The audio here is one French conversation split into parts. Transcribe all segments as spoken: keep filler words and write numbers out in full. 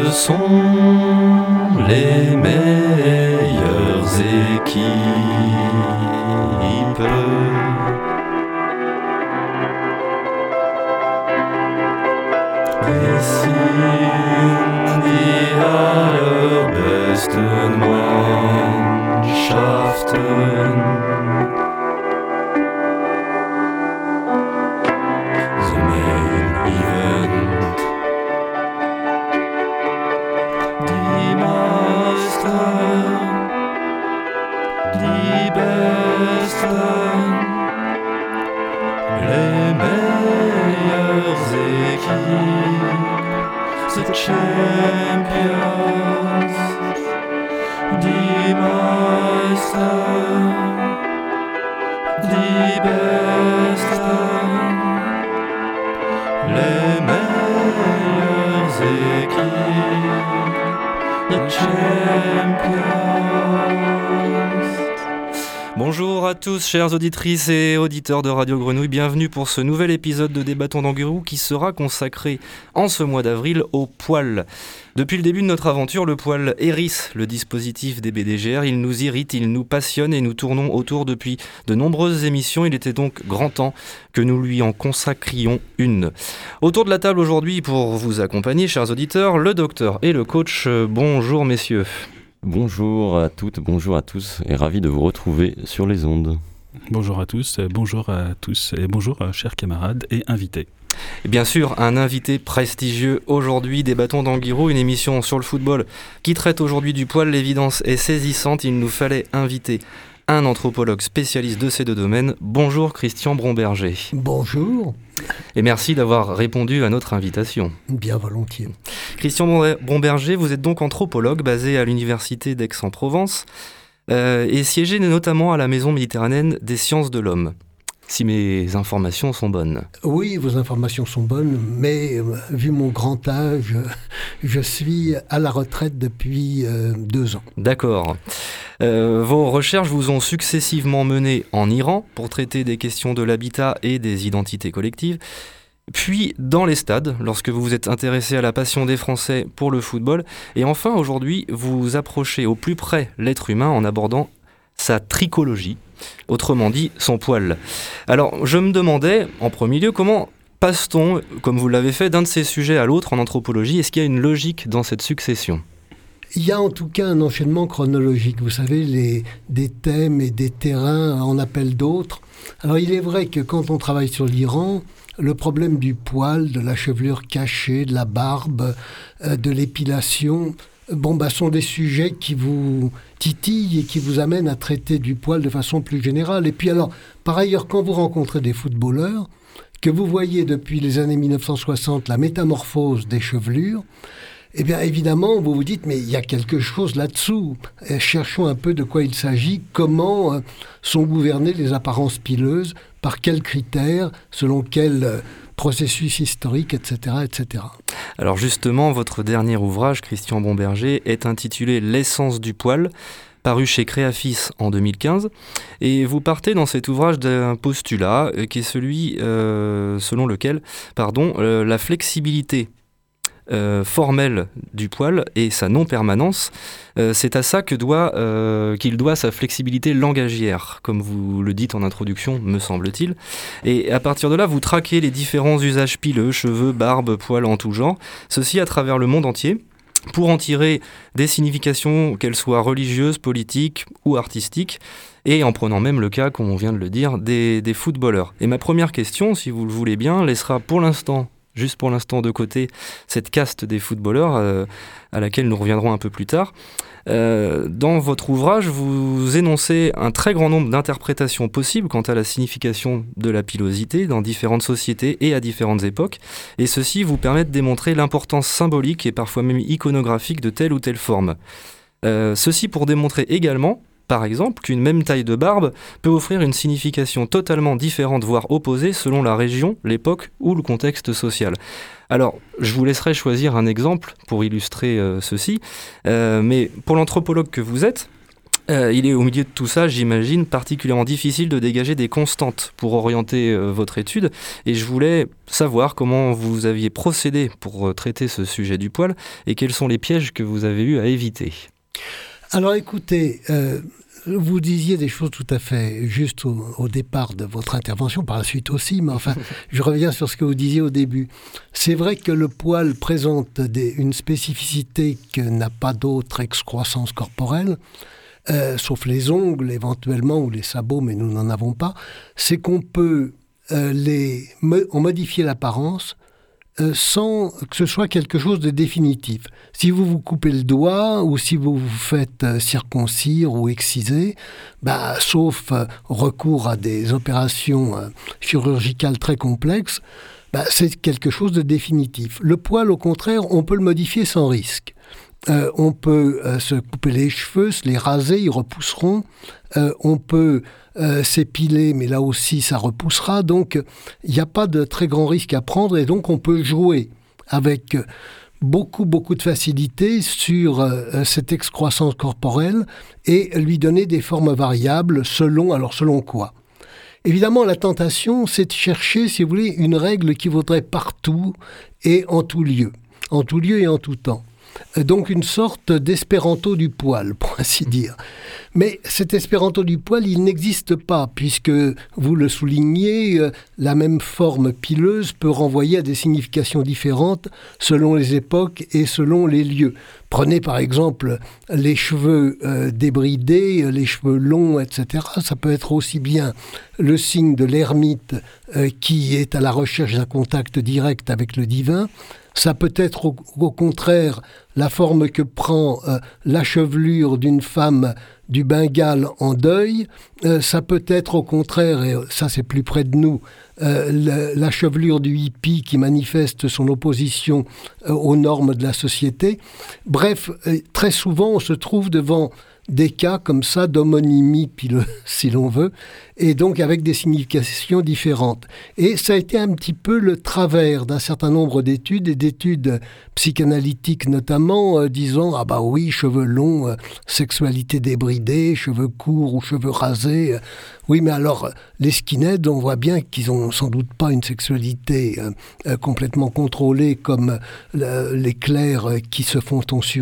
Ce sont les meilleures équipes. Wir sind die allerbesten Mannschaften. The main event. Die Meister, die Besten, les meilleures équipes, the champions, die Meister, die Besten, les meilleures équipes, the champions. Bonjour à tous, chères auditrices et auditeurs de Radio Grenouille, bienvenue pour ce nouvel épisode de Débattons d'Anguirou qui sera consacré en ce mois d'avril au poil. Depuis le début de notre aventure, le poil hérisse le dispositif des B D G R, il nous irrite, il nous passionne et nous tournons autour depuis de nombreuses émissions. Il était donc grand temps que nous lui en consacrions une. Autour de la table aujourd'hui pour vous accompagner, chers auditeurs, le docteur et le coach. Bonjour messieurs. Bonjour à toutes, bonjour à tous et ravi de vous retrouver sur les ondes. Bonjour à tous, bonjour à tous et bonjour chers camarades et invités. Et bien sûr, un invité prestigieux aujourd'hui, Débattons d'Anguirou, une émission sur le football qui traite aujourd'hui du poil. L'évidence est saisissante, il nous fallait inviter un anthropologue spécialiste de ces deux domaines. Bonjour Christian Bromberger. Bonjour. Et merci d'avoir répondu à notre invitation. Bien volontiers. Christian Bromberger, vous êtes donc anthropologue basé à l'université d'Aix-en-Provence euh, et siégez notamment à la Maison méditerranéenne des sciences de l'homme. Si mes informations sont bonnes. Oui, vos informations sont bonnes, mais euh, vu mon grand âge, je suis à la retraite depuis euh, deux ans. D'accord. Euh, vos recherches vous ont successivement mené en Iran pour traiter des questions de l'habitat et des identités collectives, puis dans les stades, lorsque vous vous êtes intéressé à la passion des Français pour le football, et enfin aujourd'hui, vous approchez au plus près l'être humain en abordant sa trichologie, autrement dit son poil. Alors je me demandais en premier lieu comment passe-t-on, comme vous l'avez fait, d'un de ces sujets à l'autre en anthropologie. Est-ce qu'il y a une logique dans cette succession ? Il y a en tout cas un enchaînement chronologique. Vous savez, les, des thèmes et des terrains en appellent d'autres. Alors il est vrai que quand on travaille sur l'Iran, le problème du poil, de la chevelure cachée, de la barbe, euh, de l'épilation, bon, bah, sont des sujets qui vous titillent et qui vous amènent à traiter du poil de façon plus générale. Et puis alors, par ailleurs, quand vous rencontrez des footballeurs, que vous voyez depuis les années mille neuf cent soixante la métamorphose des chevelures, eh bien évidemment, vous vous dites, mais il y a quelque chose là-dessous. Et cherchons un peu de quoi il s'agit, comment euh, sont gouvernées les apparences pileuses, par quels critères, selon quel euh, processus historique, et cetera, et cetera. Alors justement, votre dernier ouvrage, Christian Bromberger, est intitulé « L'essence du poil », paru chez Créafis en deux mille quinze. Et vous partez dans cet ouvrage d'un postulat euh, qui est celui euh, selon lequel pardon, euh, la flexibilité Euh, formelle du poil et sa non-permanence, euh, c'est à ça que doit, euh, qu'il doit sa flexibilité langagière, comme vous le dites en introduction, me semble-t-il. Et à partir de là, vous traquez les différents usages pileux, cheveux, barbe, poils en tout genre, ceci à travers le monde entier, pour en tirer des significations, qu'elles soient religieuses, politiques ou artistiques, et en prenant même le cas, comme on vient de le dire, des, des footballeurs. Et ma première question, si vous le voulez bien, laissera pour l'instant juste pour l'instant de côté cette caste des footballeurs euh, à laquelle nous reviendrons un peu plus tard. Euh, dans votre ouvrage, vous énoncez un très grand nombre d'interprétations possibles quant à la signification de la pilosité dans différentes sociétés et à différentes époques, et ceci vous permet de démontrer l'importance symbolique et parfois même iconographique de telle ou telle forme. Euh, ceci pour démontrer également, par exemple, qu'une même taille de barbe peut offrir une signification totalement différente, voire opposée, selon la région, l'époque ou le contexte social. Alors, je vous laisserai choisir un exemple pour illustrer euh, ceci, euh, mais pour l'anthropologue que vous êtes, Euh, il est au milieu de tout ça, j'imagine, particulièrement difficile de dégager des constantes pour orienter euh, votre étude. Et je voulais savoir comment vous aviez procédé pour euh, traiter ce sujet du poil et quels sont les pièges que vous avez eu à éviter. Alors écoutez, euh, vous disiez des choses tout à fait justes au, au départ de votre intervention, par la suite aussi, mais enfin, je reviens sur ce que vous disiez au début. C'est vrai que le poil présente des, une spécificité que n'a pas d'autre excroissance corporelle. Euh, sauf les ongles éventuellement ou les sabots, mais nous n'en avons pas, c'est qu'on peut euh, les mo- en modifier l'apparence euh, sans que ce soit quelque chose de définitif. Si vous vous coupez le doigt ou si vous vous faites euh, circoncire ou exciser, bah, sauf euh, recours à des opérations euh, chirurgicales très complexes, bah, c'est quelque chose de définitif. Le poil, au contraire, on peut le modifier sans risque. Euh, on peut euh, se couper les cheveux, se les raser, ils repousseront. Euh, on peut euh, s'épiler, mais là aussi, ça repoussera. Donc, il n'y a pas de très grand risque à prendre et donc on peut jouer avec beaucoup, beaucoup de facilité sur euh, cette excroissance corporelle et lui donner des formes variables selon, alors selon quoi ? Évidemment, la tentation, c'est de chercher, si vous voulez, une règle qui vaudrait partout et en tout lieu, en tout lieu et en tout temps. Donc une sorte d'espéranto du poil, pour ainsi dire. Mais cet espéranto du poil, il n'existe pas, puisque, vous le soulignez, la même forme pileuse peut renvoyer à des significations différentes selon les époques et selon les lieux. Prenez par exemple les cheveux euh, débridés, les cheveux longs, et cetera. Ça peut être aussi bien le signe de l'ermite euh, qui est à la recherche d'un contact direct avec le divin. Ça peut être au, au contraire la forme que prend euh, la chevelure d'une femme du Bengale en deuil. Euh, ça peut être au contraire, et ça c'est plus près de nous, euh, la, la chevelure du hippie qui manifeste son opposition euh, aux normes de la société. Bref, euh, très souvent on se trouve devant des cas comme ça d'homonymie, pileuse, si l'on veut, et donc avec des significations différentes. Et ça a été un petit peu le travers d'un certain nombre d'études, et d'études psychanalytiques notamment, euh, disant « Ah bah oui, cheveux longs, euh, sexualité débridée, cheveux courts ou cheveux rasés. Euh, oui, mais alors, les skinheads, on voit bien qu'ils n'ont sans doute pas une sexualité euh, euh, complètement contrôlée comme euh, les clercs euh, qui se font tonsurer. »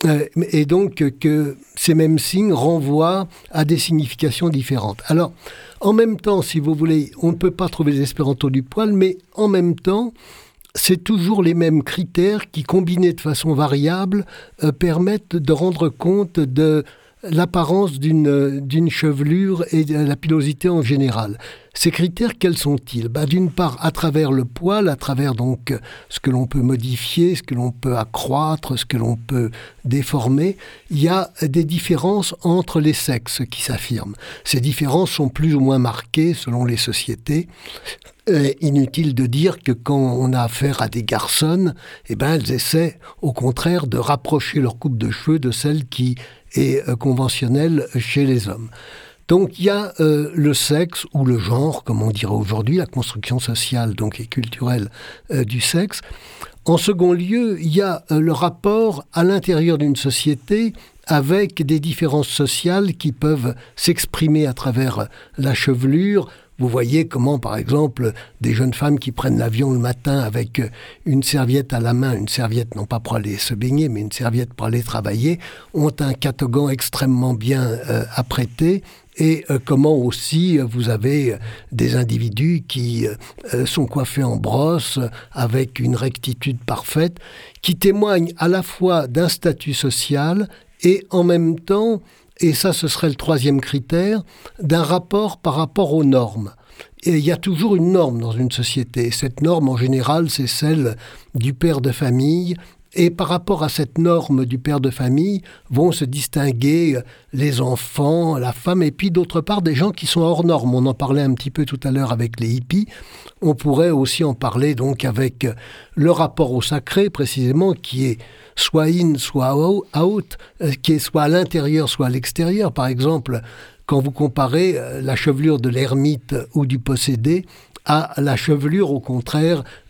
Et donc que ces mêmes signes renvoient à des significations différentes. Alors, en même temps, si vous voulez, on ne peut pas trouver les espérantos du poil, mais en même temps, c'est toujours les mêmes critères qui, combinés de façon variable, euh, permettent de rendre compte de l'apparence d'une, d'une chevelure et de la pilosité en général. Ces critères, quels sont-ils ? Bah, d'une part, à travers le poil, à travers donc ce que l'on peut modifier, ce que l'on peut accroître, ce que l'on peut déformer, il y a des différences entre les sexes qui s'affirment. Ces différences sont plus ou moins marquées selon les sociétés. Euh, inutile de dire que quand on a affaire à des garçonnes, eh ben, elles essaient au contraire de rapprocher leur coupe de cheveux de celle qui est euh, conventionnelle chez les hommes. Donc il y a euh, le sexe ou le genre, comme on dirait aujourd'hui, la construction sociale donc et culturelle euh, du sexe. En second lieu, il y a euh, le rapport à l'intérieur d'une société avec des différences sociales qui peuvent s'exprimer à travers la chevelure. Vous voyez comment, par exemple, des jeunes femmes qui prennent l'avion le matin avec une serviette à la main, une serviette non pas pour aller se baigner, mais une serviette pour aller travailler, ont un catogan extrêmement bien euh, apprêté. Et euh, comment aussi euh, vous avez des individus qui euh, sont coiffés en brosse avec une rectitude parfaite, qui témoignent à la fois d'un statut social et en même temps, et ça ce serait le troisième critère, d'un rapport par rapport aux normes. Et il y a toujours une norme dans une société. Cette norme, en général, c'est celle du père de famille. Et par rapport à cette norme du père de famille, vont se distinguer les enfants, la femme, et puis d'autre part des gens qui sont hors normes. On en parlait un petit peu tout à l'heure avec les hippies. On pourrait aussi en parler donc avec le rapport au sacré, précisément, qui est soit in, soit out, qui est soit à l'intérieur, soit à l'extérieur. Par exemple, quand vous comparez la chevelure de l'ermite ou du possédé à la chevelure, au contraire,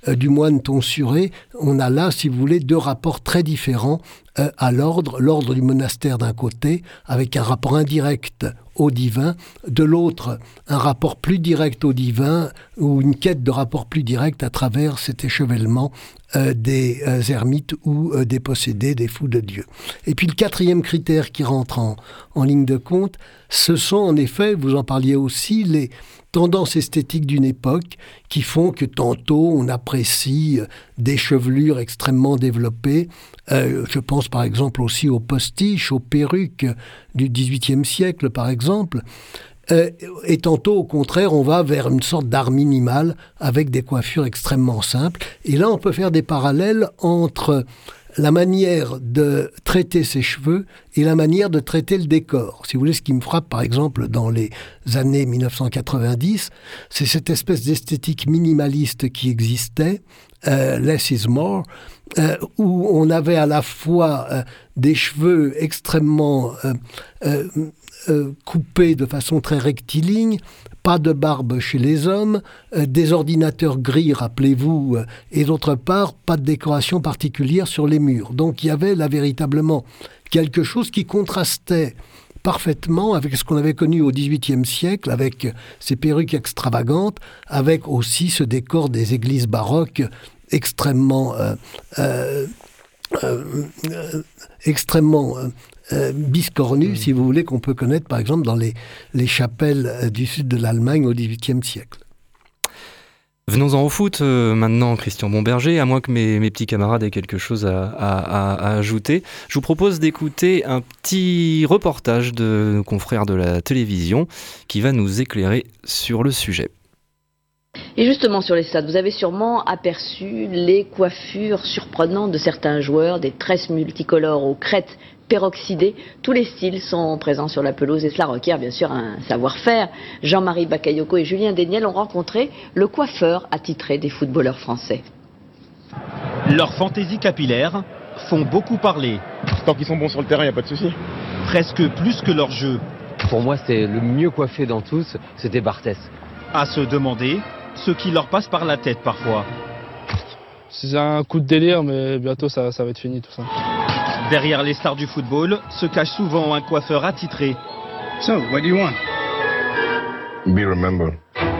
euh, du moine tonsuré, on a là, si vous voulez, deux rapports très différents euh, à l'ordre. L'ordre du monastère d'un côté, avec un rapport indirect au divin, de l'autre, un rapport plus direct au divin, ou une quête de rapport plus direct à travers cet échevellement euh, des euh, ermites ou euh, des possédés, des fous de Dieu. Et puis le quatrième critère qui rentre en, en ligne de compte, ce sont en effet, vous en parliez aussi, les tendances esthétiques d'une époque qui font que tantôt on apprécie des chevelures extrêmement développées. Euh, je pense par exemple aussi aux postiches, aux perruques du dix-huitième siècle par exemple. Euh, et tantôt au contraire on va vers une sorte d'art minimal avec des coiffures extrêmement simples. Et là on peut faire des parallèles entre la manière de traiter ses cheveux et la manière de traiter le décor. Si vous voulez, ce qui me frappe, par exemple, dans les années dix-neuf cent quatre-vingt-dix, c'est cette espèce d'esthétique minimaliste qui existait, euh, less is more, euh, où on avait à la fois euh, des cheveux extrêmement euh, euh, euh, coupés de façon très rectiligne, pas de barbe chez les hommes, euh, des ordinateurs gris, rappelez-vous, euh, et d'autre part, pas de décoration particulière sur les murs. Donc il y avait là véritablement quelque chose qui contrastait parfaitement avec ce qu'on avait connu au dix-huitième siècle, avec ces perruques extravagantes, avec aussi ce décor des églises baroques extrêmement... Euh, euh, euh, euh, extrêmement... Euh, Euh, biscornu, mmh. si vous voulez, qu'on peut connaître par exemple dans les, les chapelles euh, du sud de l'Allemagne au dix-huitième siècle. Venons-en au foot euh, maintenant, Christian Bomberger, à moins que mes, mes petits camarades aient quelque chose à, à, à ajouter. Je vous propose d'écouter un petit reportage de nos confrères de la télévision qui va nous éclairer sur le sujet. Et justement sur les stades, vous avez sûrement aperçu les coiffures surprenantes de certains joueurs, des tresses multicolores aux crêtes peroxydées. Tous les styles sont présents sur la pelouse et cela requiert bien sûr un savoir-faire. Jean-Marie Bakayoko et Julien Desniel ont rencontré le coiffeur attitré des footballeurs français. Leurs fantaisies capillaires font beaucoup parler. Tant qu'ils sont bons sur le terrain, il n'y a pas de souci. Presque plus que leur jeu. Pour moi, c'est le mieux coiffé dans tous, c'était Barthès. À se demander ce qui leur passe par la tête parfois. C'est un coup de délire, mais bientôt ça, ça va être fini tout ça. Derrière les stars du football se cache souvent un coiffeur attitré. So, what do you want? Be remembered.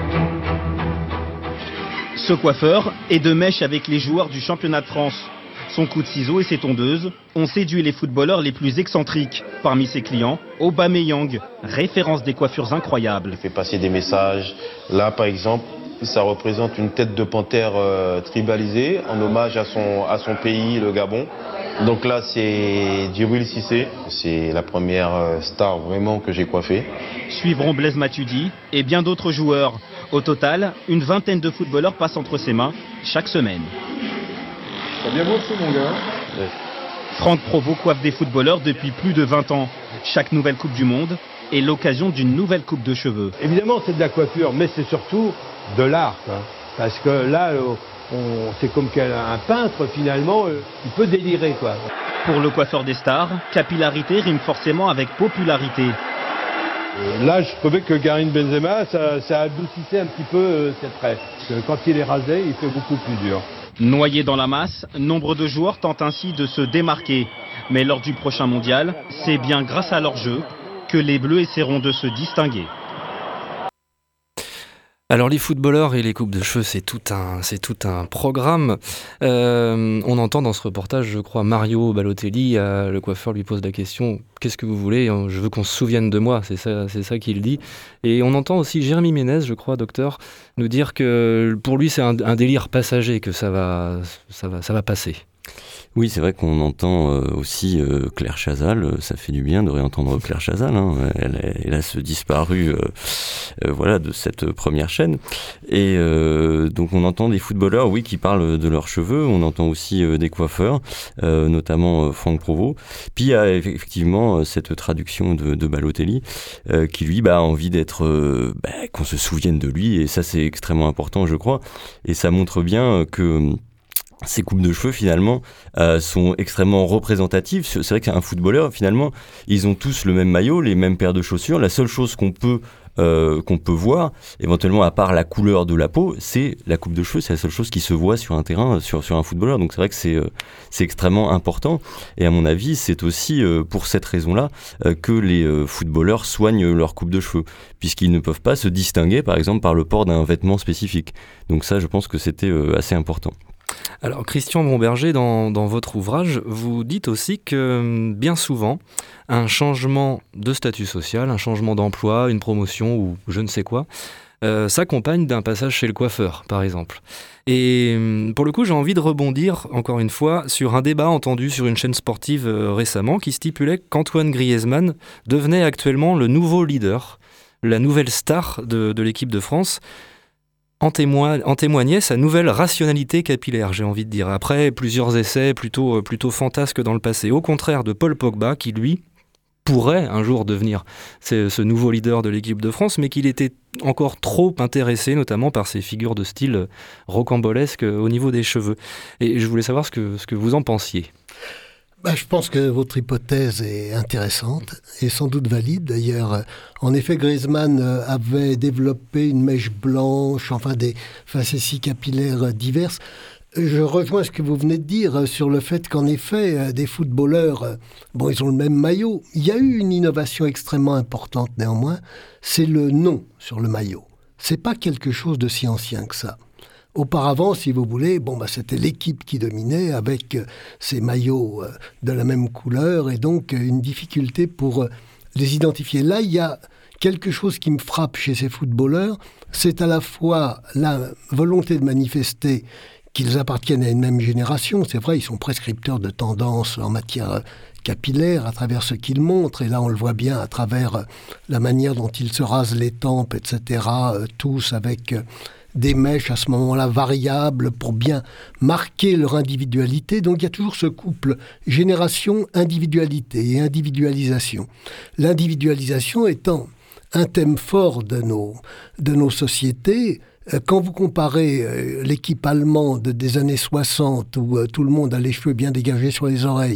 Ce coiffeur est de mèche avec les joueurs du championnat de France. Son coup de ciseau et ses tondeuses ont séduit les footballeurs les plus excentriques. Parmi ses clients, Aubameyang, référence des coiffures incroyables. Il fait passer des messages. Là, par exemple, ça représente une tête de panthère euh, tribalisée en hommage à son, à son pays, le Gabon. Donc là, c'est Djibril Cissé. C'est la première star vraiment que j'ai coiffée. Suivront Blaise Matuidi et bien d'autres joueurs. Au total, une vingtaine de footballeurs passent entre ses mains chaque semaine. T'as bien bossé, mon gars. Ouais. Franck Provost coiffe des footballeurs depuis plus de vingt ans. Chaque nouvelle Coupe du Monde est l'occasion d'une nouvelle coupe de cheveux. Évidemment, c'est de la coiffure, mais c'est surtout de l'art. Quoi. Parce que là, on, c'est comme qu'un peintre, finalement, il peut délirer. Quoi. Pour le coiffeur des stars, capillarité rime forcément avec popularité. Euh, là, je trouvais que Karim Benzema, ça, ça adoucissait un petit peu euh, ses traits. Quand il est rasé, il fait beaucoup plus dur. Noyés dans la masse, nombre de joueurs tentent ainsi de se démarquer. Mais lors du prochain mondial, c'est bien grâce à leur jeu que les Bleus essaieront de se distinguer. Alors les footballeurs et les coupes de cheveux, c'est tout un, c'est tout un programme. Euh, on entend dans ce reportage, je crois, Mario Balotelli, euh, le coiffeur lui pose la question « Qu'est-ce que vous voulez ? Je veux qu'on se souvienne de moi », c'est ça, c'est ça qu'il dit. Et on entend aussi Jérémy Ménez, je crois, docteur, nous dire que pour lui c'est un, un délire passager, que ça va, ça va, ça va passer. Oui, c'est vrai qu'on entend euh, aussi euh, Claire Chazal. Ça fait du bien de réentendre Claire Chazal. Hein. Elle, elle, elle a se disparu, euh, euh, voilà, de cette première chaîne. Et euh, donc on entend des footballeurs, oui, qui parlent de leurs cheveux. On entend aussi euh, des coiffeurs, euh, notamment euh, Franck Provost. Puis il y a effectivement cette traduction de, de Balotelli, euh, qui lui bah, a envie d'être, euh, bah, qu'on se souvienne de lui. Et ça, c'est extrêmement important, je crois. Et ça montre bien que ces coupes de cheveux, finalement, euh, sont extrêmement représentatives. C'est vrai qu'un footballeur, finalement, ils ont tous le même maillot, les mêmes paires de chaussures. La seule chose qu'on peut euh, qu'on peut voir, éventuellement à part la couleur de la peau, c'est la coupe de cheveux, c'est la seule chose qui se voit sur un terrain, sur, sur un footballeur. Donc c'est vrai que c'est, euh, c'est extrêmement important. Et à mon avis, c'est aussi euh, pour cette raison-là euh, que les euh, footballeurs soignent leur coupe de cheveux, puisqu'ils ne peuvent pas se distinguer, par exemple, par le port d'un vêtement spécifique. Donc ça, je pense que c'était euh, assez important. Alors Christian Bromberger, dans, dans votre ouvrage, vous dites aussi que bien souvent, un changement de statut social, un changement d'emploi, une promotion ou je ne sais quoi, euh, s'accompagne d'un passage chez le coiffeur, par exemple. Et pour le coup, j'ai envie de rebondir, encore une fois, sur un débat entendu sur une chaîne sportive euh, récemment qui stipulait qu'Antoine Griezmann devenait actuellement le nouveau leader, la nouvelle star de, de l'équipe de France. En, témoin, en témoignait sa nouvelle rationalité capillaire, j'ai envie de dire, après plusieurs essais plutôt, plutôt fantasques dans le passé. Au contraire de Paul Pogba, qui lui pourrait un jour devenir ce, ce nouveau leader de l'équipe de France, mais qu'il était encore trop intéressé, notamment par ses figures de style rocambolesque au niveau des cheveux. Et je voulais savoir ce que, ce que vous en pensiez. Bah, je pense que votre hypothèse est intéressante et sans doute valide. D'ailleurs, en effet, Griezmann avait développé une mèche blanche, enfin des facéties capillaires diverses. Je rejoins ce que vous venez de dire sur le fait qu'en effet, des footballeurs, bon, ils ont le même maillot. Il y a eu une innovation extrêmement importante néanmoins, c'est le nom sur le maillot. C'est pas quelque chose de si ancien que ça. Auparavant, si vous voulez, bon, bah, c'était l'équipe qui dominait avec euh, ses maillots euh, de la même couleur et donc euh, une difficulté pour euh, les identifier. Là, il y a quelque chose qui me frappe chez ces footballeurs, c'est à la fois la volonté de manifester qu'ils appartiennent à une même génération. C'est vrai, ils sont prescripteurs de tendances en matière euh, capillaire à travers ce qu'ils montrent. Et là, on le voit bien à travers euh, la manière dont ils se rasent les tempes, et cetera, euh, tous avec... Euh, des mèches à ce moment-là variables pour bien marquer leur individualité. Donc il y a toujours ce couple génération, individualité et individualisation. L'individualisation étant un thème fort de nos, de nos sociétés. Quand vous comparez l'équipe allemande des années soixante où tout le monde a les cheveux bien dégagés sur les oreilles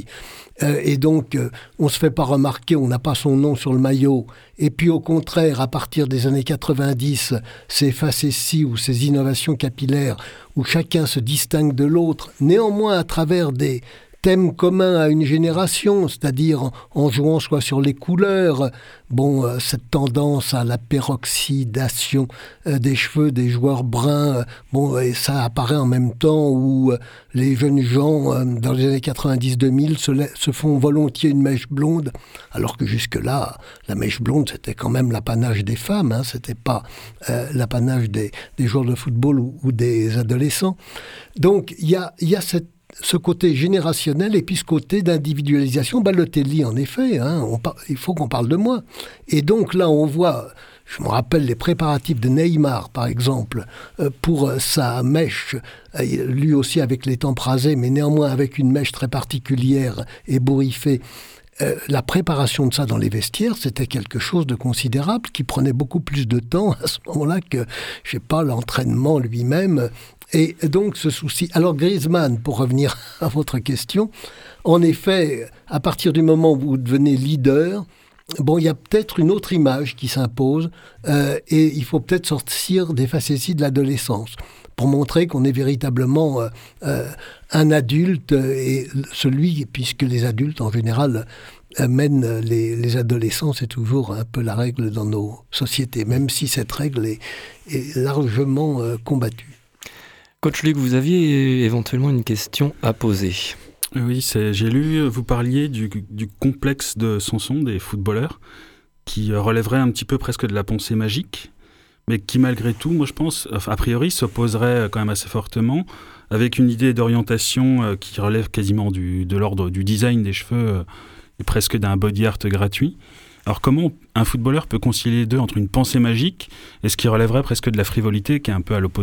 et donc on ne se fait pas remarquer, on n'a pas son nom sur le maillot, et puis au contraire à partir des années quatre-vingt-dix ces facéties ou ces innovations capillaires où chacun se distingue de l'autre, néanmoins à travers des thème commun à une génération, c'est-à-dire en jouant soit sur les couleurs, bon, euh, cette tendance à la peroxydation euh, des cheveux des joueurs bruns, euh, bon, et ça apparaît en même temps où euh, les jeunes gens, euh, dans les années quatre-vingt-dix deux mille, se, la- se font volontiers une mèche blonde, alors que jusque-là, la mèche blonde, c'était quand même l'apanage des femmes, hein, c'était pas euh, l'apanage des, des joueurs de football ou, ou des adolescents. Donc, il y a, y a cette ce côté générationnel et puis ce côté d'individualisation. Balotelli, en effet, hein, on par... il faut qu'on parle de moi. Et donc là, on voit, je me rappelle les préparatifs de Neymar, par exemple, euh, pour euh, sa mèche, euh, lui aussi avec les tempes rasées, mais néanmoins avec une mèche très particulière, ébouriffée. Euh, la préparation de ça dans les vestiaires, c'était quelque chose de considérable qui prenait beaucoup plus de temps à ce moment-là que, je sais pas, l'entraînement lui-même. Et donc ce souci. Alors Griezmann, pour revenir à votre question, en effet, à partir du moment où vous devenez leader, bon, il y a peut-être une autre image qui s'impose euh, et il faut peut-être sortir des facéties de l'adolescence pour montrer qu'on est véritablement euh, euh, un adulte et celui, puisque les adultes en général euh, mènent les, les adolescents, c'est toujours un peu la règle dans nos sociétés, même si cette règle est, est largement euh, combattue. Coach Luc, vous aviez éventuellement une question à poser. Oui, c'est, j'ai lu, vous parliez du, du complexe de Samson des footballeurs, qui relèverait un petit peu presque de la pensée magique, mais qui malgré tout, moi je pense, a priori, s'opposerait quand même assez fortement avec une idée d'orientation qui relève quasiment du, de l'ordre du design des cheveux et presque d'un body art gratuit. Alors comment un footballeur peut concilier les deux entre une pensée magique et ce qui relèverait presque de la frivolité qui est un peu à l'opposé ?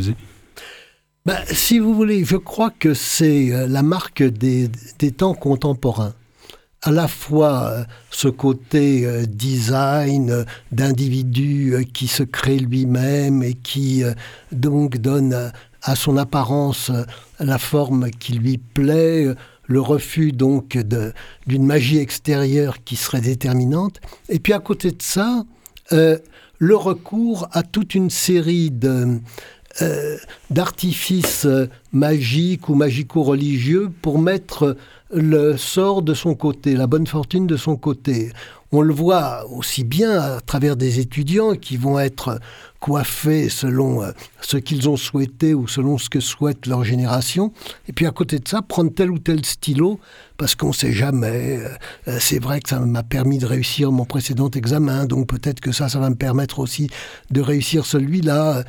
Ben, si vous voulez, je crois que c'est la marque des, des temps contemporains. À la fois euh, ce côté euh, design euh, d'individu euh, qui se crée lui-même et qui euh, donc donne euh, à son apparence euh, la forme qui lui plaît, euh, le refus donc de, d'une magie extérieure qui serait déterminante. Et puis à côté de ça, euh, le recours à toute une série de, euh, d'artifices magiques ou magico-religieux pour mettre le sort de son côté, la bonne fortune de son côté. On le voit aussi bien à travers des étudiants qui vont être coiffés selon ce qu'ils ont souhaité ou selon ce que souhaite leur génération. Et puis à côté de ça, prendre tel ou tel stylo, parce qu'on ne sait jamais. Euh, c'est vrai que ça m'a permis de réussir mon précédent examen, donc peut-être que ça, ça va me permettre aussi de réussir celui-là.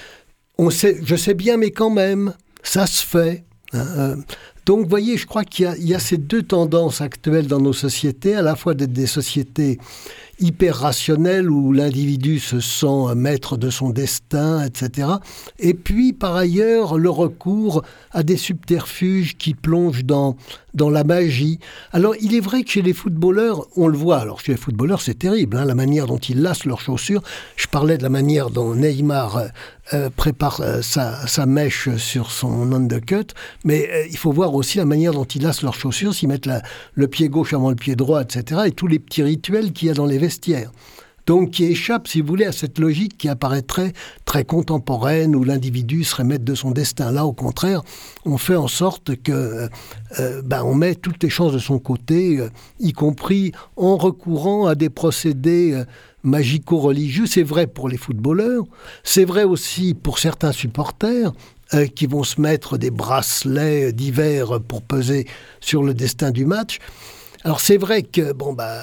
On sait, je sais bien, mais quand même, ça se fait. Hein. Donc, vous voyez, je crois qu'il y a, il y a ces deux tendances actuelles dans nos sociétés, à la fois d'être des sociétés hyper rationnelles où l'individu se sent maître de son destin, et cetera. Et puis, par ailleurs, le recours à des subterfuges qui plongent dans, dans la magie. Alors, il est vrai que chez les footballeurs, on le voit. Alors, chez les footballeurs, c'est terrible, hein, la manière dont ils lassent leurs chaussures. Je parlais de la manière dont Neymar euh, euh, prépare euh, sa, sa mèche sur son undercut, mais euh, il faut voir aussi la manière dont ils lassent leurs chaussures, s'ils mettent la, le pied gauche avant le pied droit, et cetera. Et tous les petits rituels qu'il y a dans les vestiaires. Donc, qui échappe, si vous voulez, à cette logique qui apparaîtrait très contemporaine où l'individu serait maître de son destin. Là, au contraire, on fait en sorte que euh, ben, on met toutes les chances de son côté, euh, y compris en recourant à des procédés euh, magico-religieux. C'est vrai pour les footballeurs, c'est vrai aussi pour certains supporters euh, qui vont se mettre des bracelets divers pour peser sur le destin du match. Alors c'est vrai que bon bah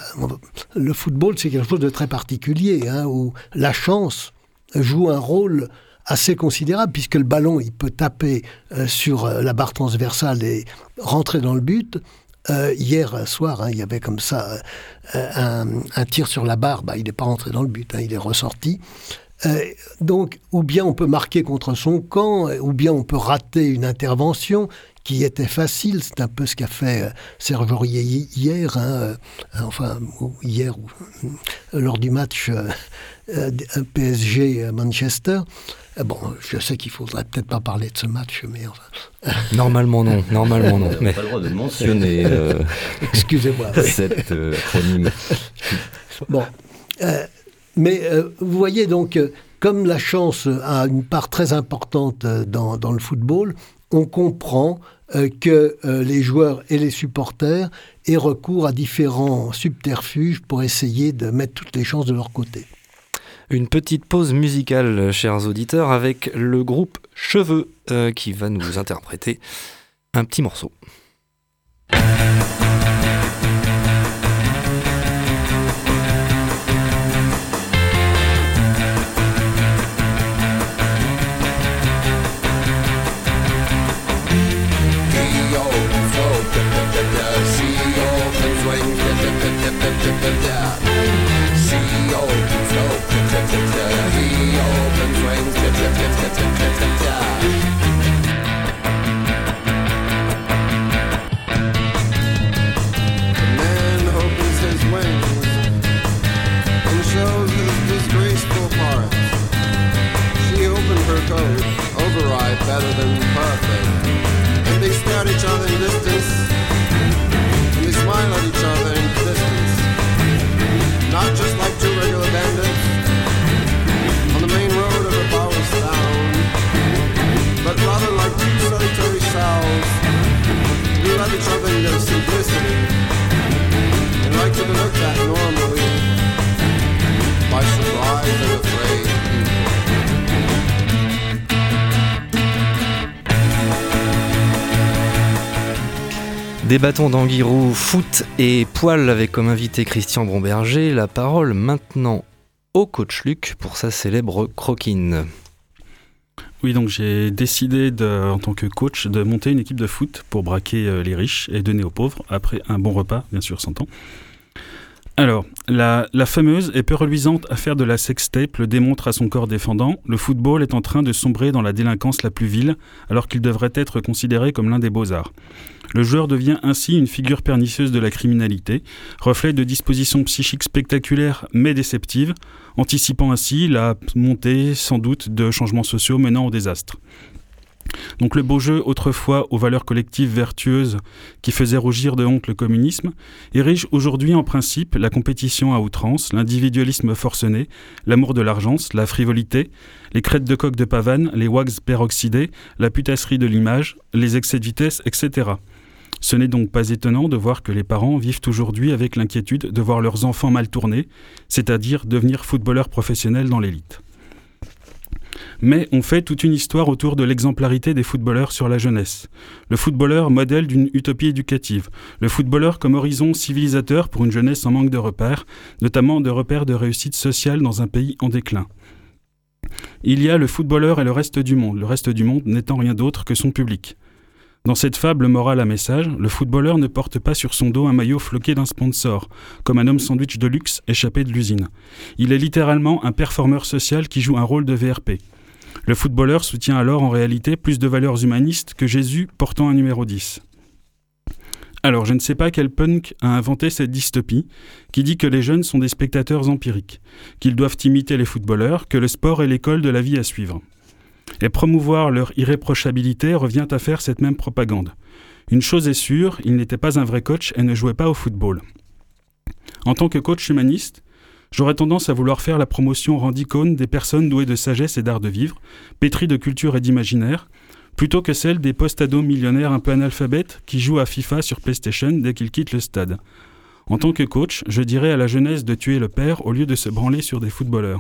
le football c'est quelque chose de très particulier hein, où la chance joue un rôle assez considérable puisque le ballon il peut taper euh, sur euh, la barre transversale et rentrer dans le but. Euh, hier soir hein, il y avait comme ça euh, un, un tir sur la barre, bah, il n'est pas rentré dans le but, hein, il est ressorti. Euh, donc ou bien on peut marquer contre son camp, ou bien on peut rater une intervention qui était facile. C'est un peu ce qu'a fait euh, Serge Aurier hier, hein, euh, enfin hier euh, lors du match euh, euh, P S G-Manchester. Euh, bon, je sais qu'il faudrait peut-être pas parler de ce match, mais enfin... Normalement non, normalement non. On n'a pas le droit de mentionner euh, Excusez-moi, oui. cet euh, acronyme. Bon, euh, mais euh, vous voyez donc, euh, comme la chance a une part très importante euh, dans, dans le football, on comprend euh, que euh, les joueurs et les supporters aient recours à différents subterfuges pour essayer de mettre toutes les chances de leur côté. Une petite pause musicale, chers auditeurs, avec le groupe Cheveux euh, qui va nous interpréter un petit morceau. Better than perfect. And they stare at each other in distance, and they smile at each other in distance. Not just like two regular bandits on the main road of a powerless town, but rather like two solitary selves who love each other in their simplicity and like to be looked at normally by surprised and afraid people. Débattons d'Anguirou, foot et poil avec comme invité Christian Bromberger. La parole maintenant au coach Luc pour sa célèbre croquine. Oui, donc j'ai décidé de, en tant que coach de monter une équipe de foot pour braquer les riches et donner aux pauvres après un bon repas, bien sûr, s'entend. Alors, la, la fameuse et peu reluisante affaire de la sextape le démontre à son corps défendant. Le football est en train de sombrer dans la délinquance la plus vile, alors qu'il devrait être considéré comme l'un des beaux-arts. Le joueur devient ainsi une figure pernicieuse de la criminalité, reflet de dispositions psychiques spectaculaires mais déceptives, anticipant ainsi la montée sans doute de changements sociaux menant au désastre. Donc le beau jeu, autrefois aux valeurs collectives vertueuses qui faisaient rougir de honte le communisme, érige aujourd'hui en principe la compétition à outrance, l'individualisme forcené, l'amour de l'argent, la frivolité, les crêtes de coq de pavane, les wags peroxydés, la putasserie de l'image, les excès de vitesse, et cetera. Ce n'est donc pas étonnant de voir que les parents vivent aujourd'hui avec l'inquiétude de voir leurs enfants mal tournés, c'est-à-dire devenir footballeurs professionnels dans l'élite. Mais on fait toute une histoire autour de l'exemplarité des footballeurs sur la jeunesse. Le footballeur modèle d'une utopie éducative. Le footballeur comme horizon civilisateur pour une jeunesse en manque de repères, notamment de repères de réussite sociale dans un pays en déclin. Il y a le footballeur et le reste du monde, le reste du monde n'étant rien d'autre que son public. Dans cette fable morale à message, le footballeur ne porte pas sur son dos un maillot floqué d'un sponsor, comme un homme sandwich de luxe échappé de l'usine. Il est littéralement un performeur social qui joue un rôle de V R P. Le footballeur soutient alors en réalité plus de valeurs humanistes que Jésus portant un numéro dix. Alors, je ne sais pas quel punk a inventé cette dystopie qui dit que les jeunes sont des spectateurs empiriques, qu'ils doivent imiter les footballeurs, que le sport est l'école de la vie à suivre. Et promouvoir leur irréprochabilité revient à faire cette même propagande. Une chose est sûre, il n'était pas un vrai coach et ne jouait pas au football. En tant que coach humaniste, j'aurais tendance à vouloir faire la promotion randicone des personnes douées de sagesse et d'art de vivre, pétries de culture et d'imaginaire, plutôt que celle des post-ados millionnaires un peu analphabètes qui jouent à FIFA sur PlayStation dès qu'ils quittent le stade. En tant que coach, je dirais à la jeunesse de tuer le père au lieu de se branler sur des footballeurs.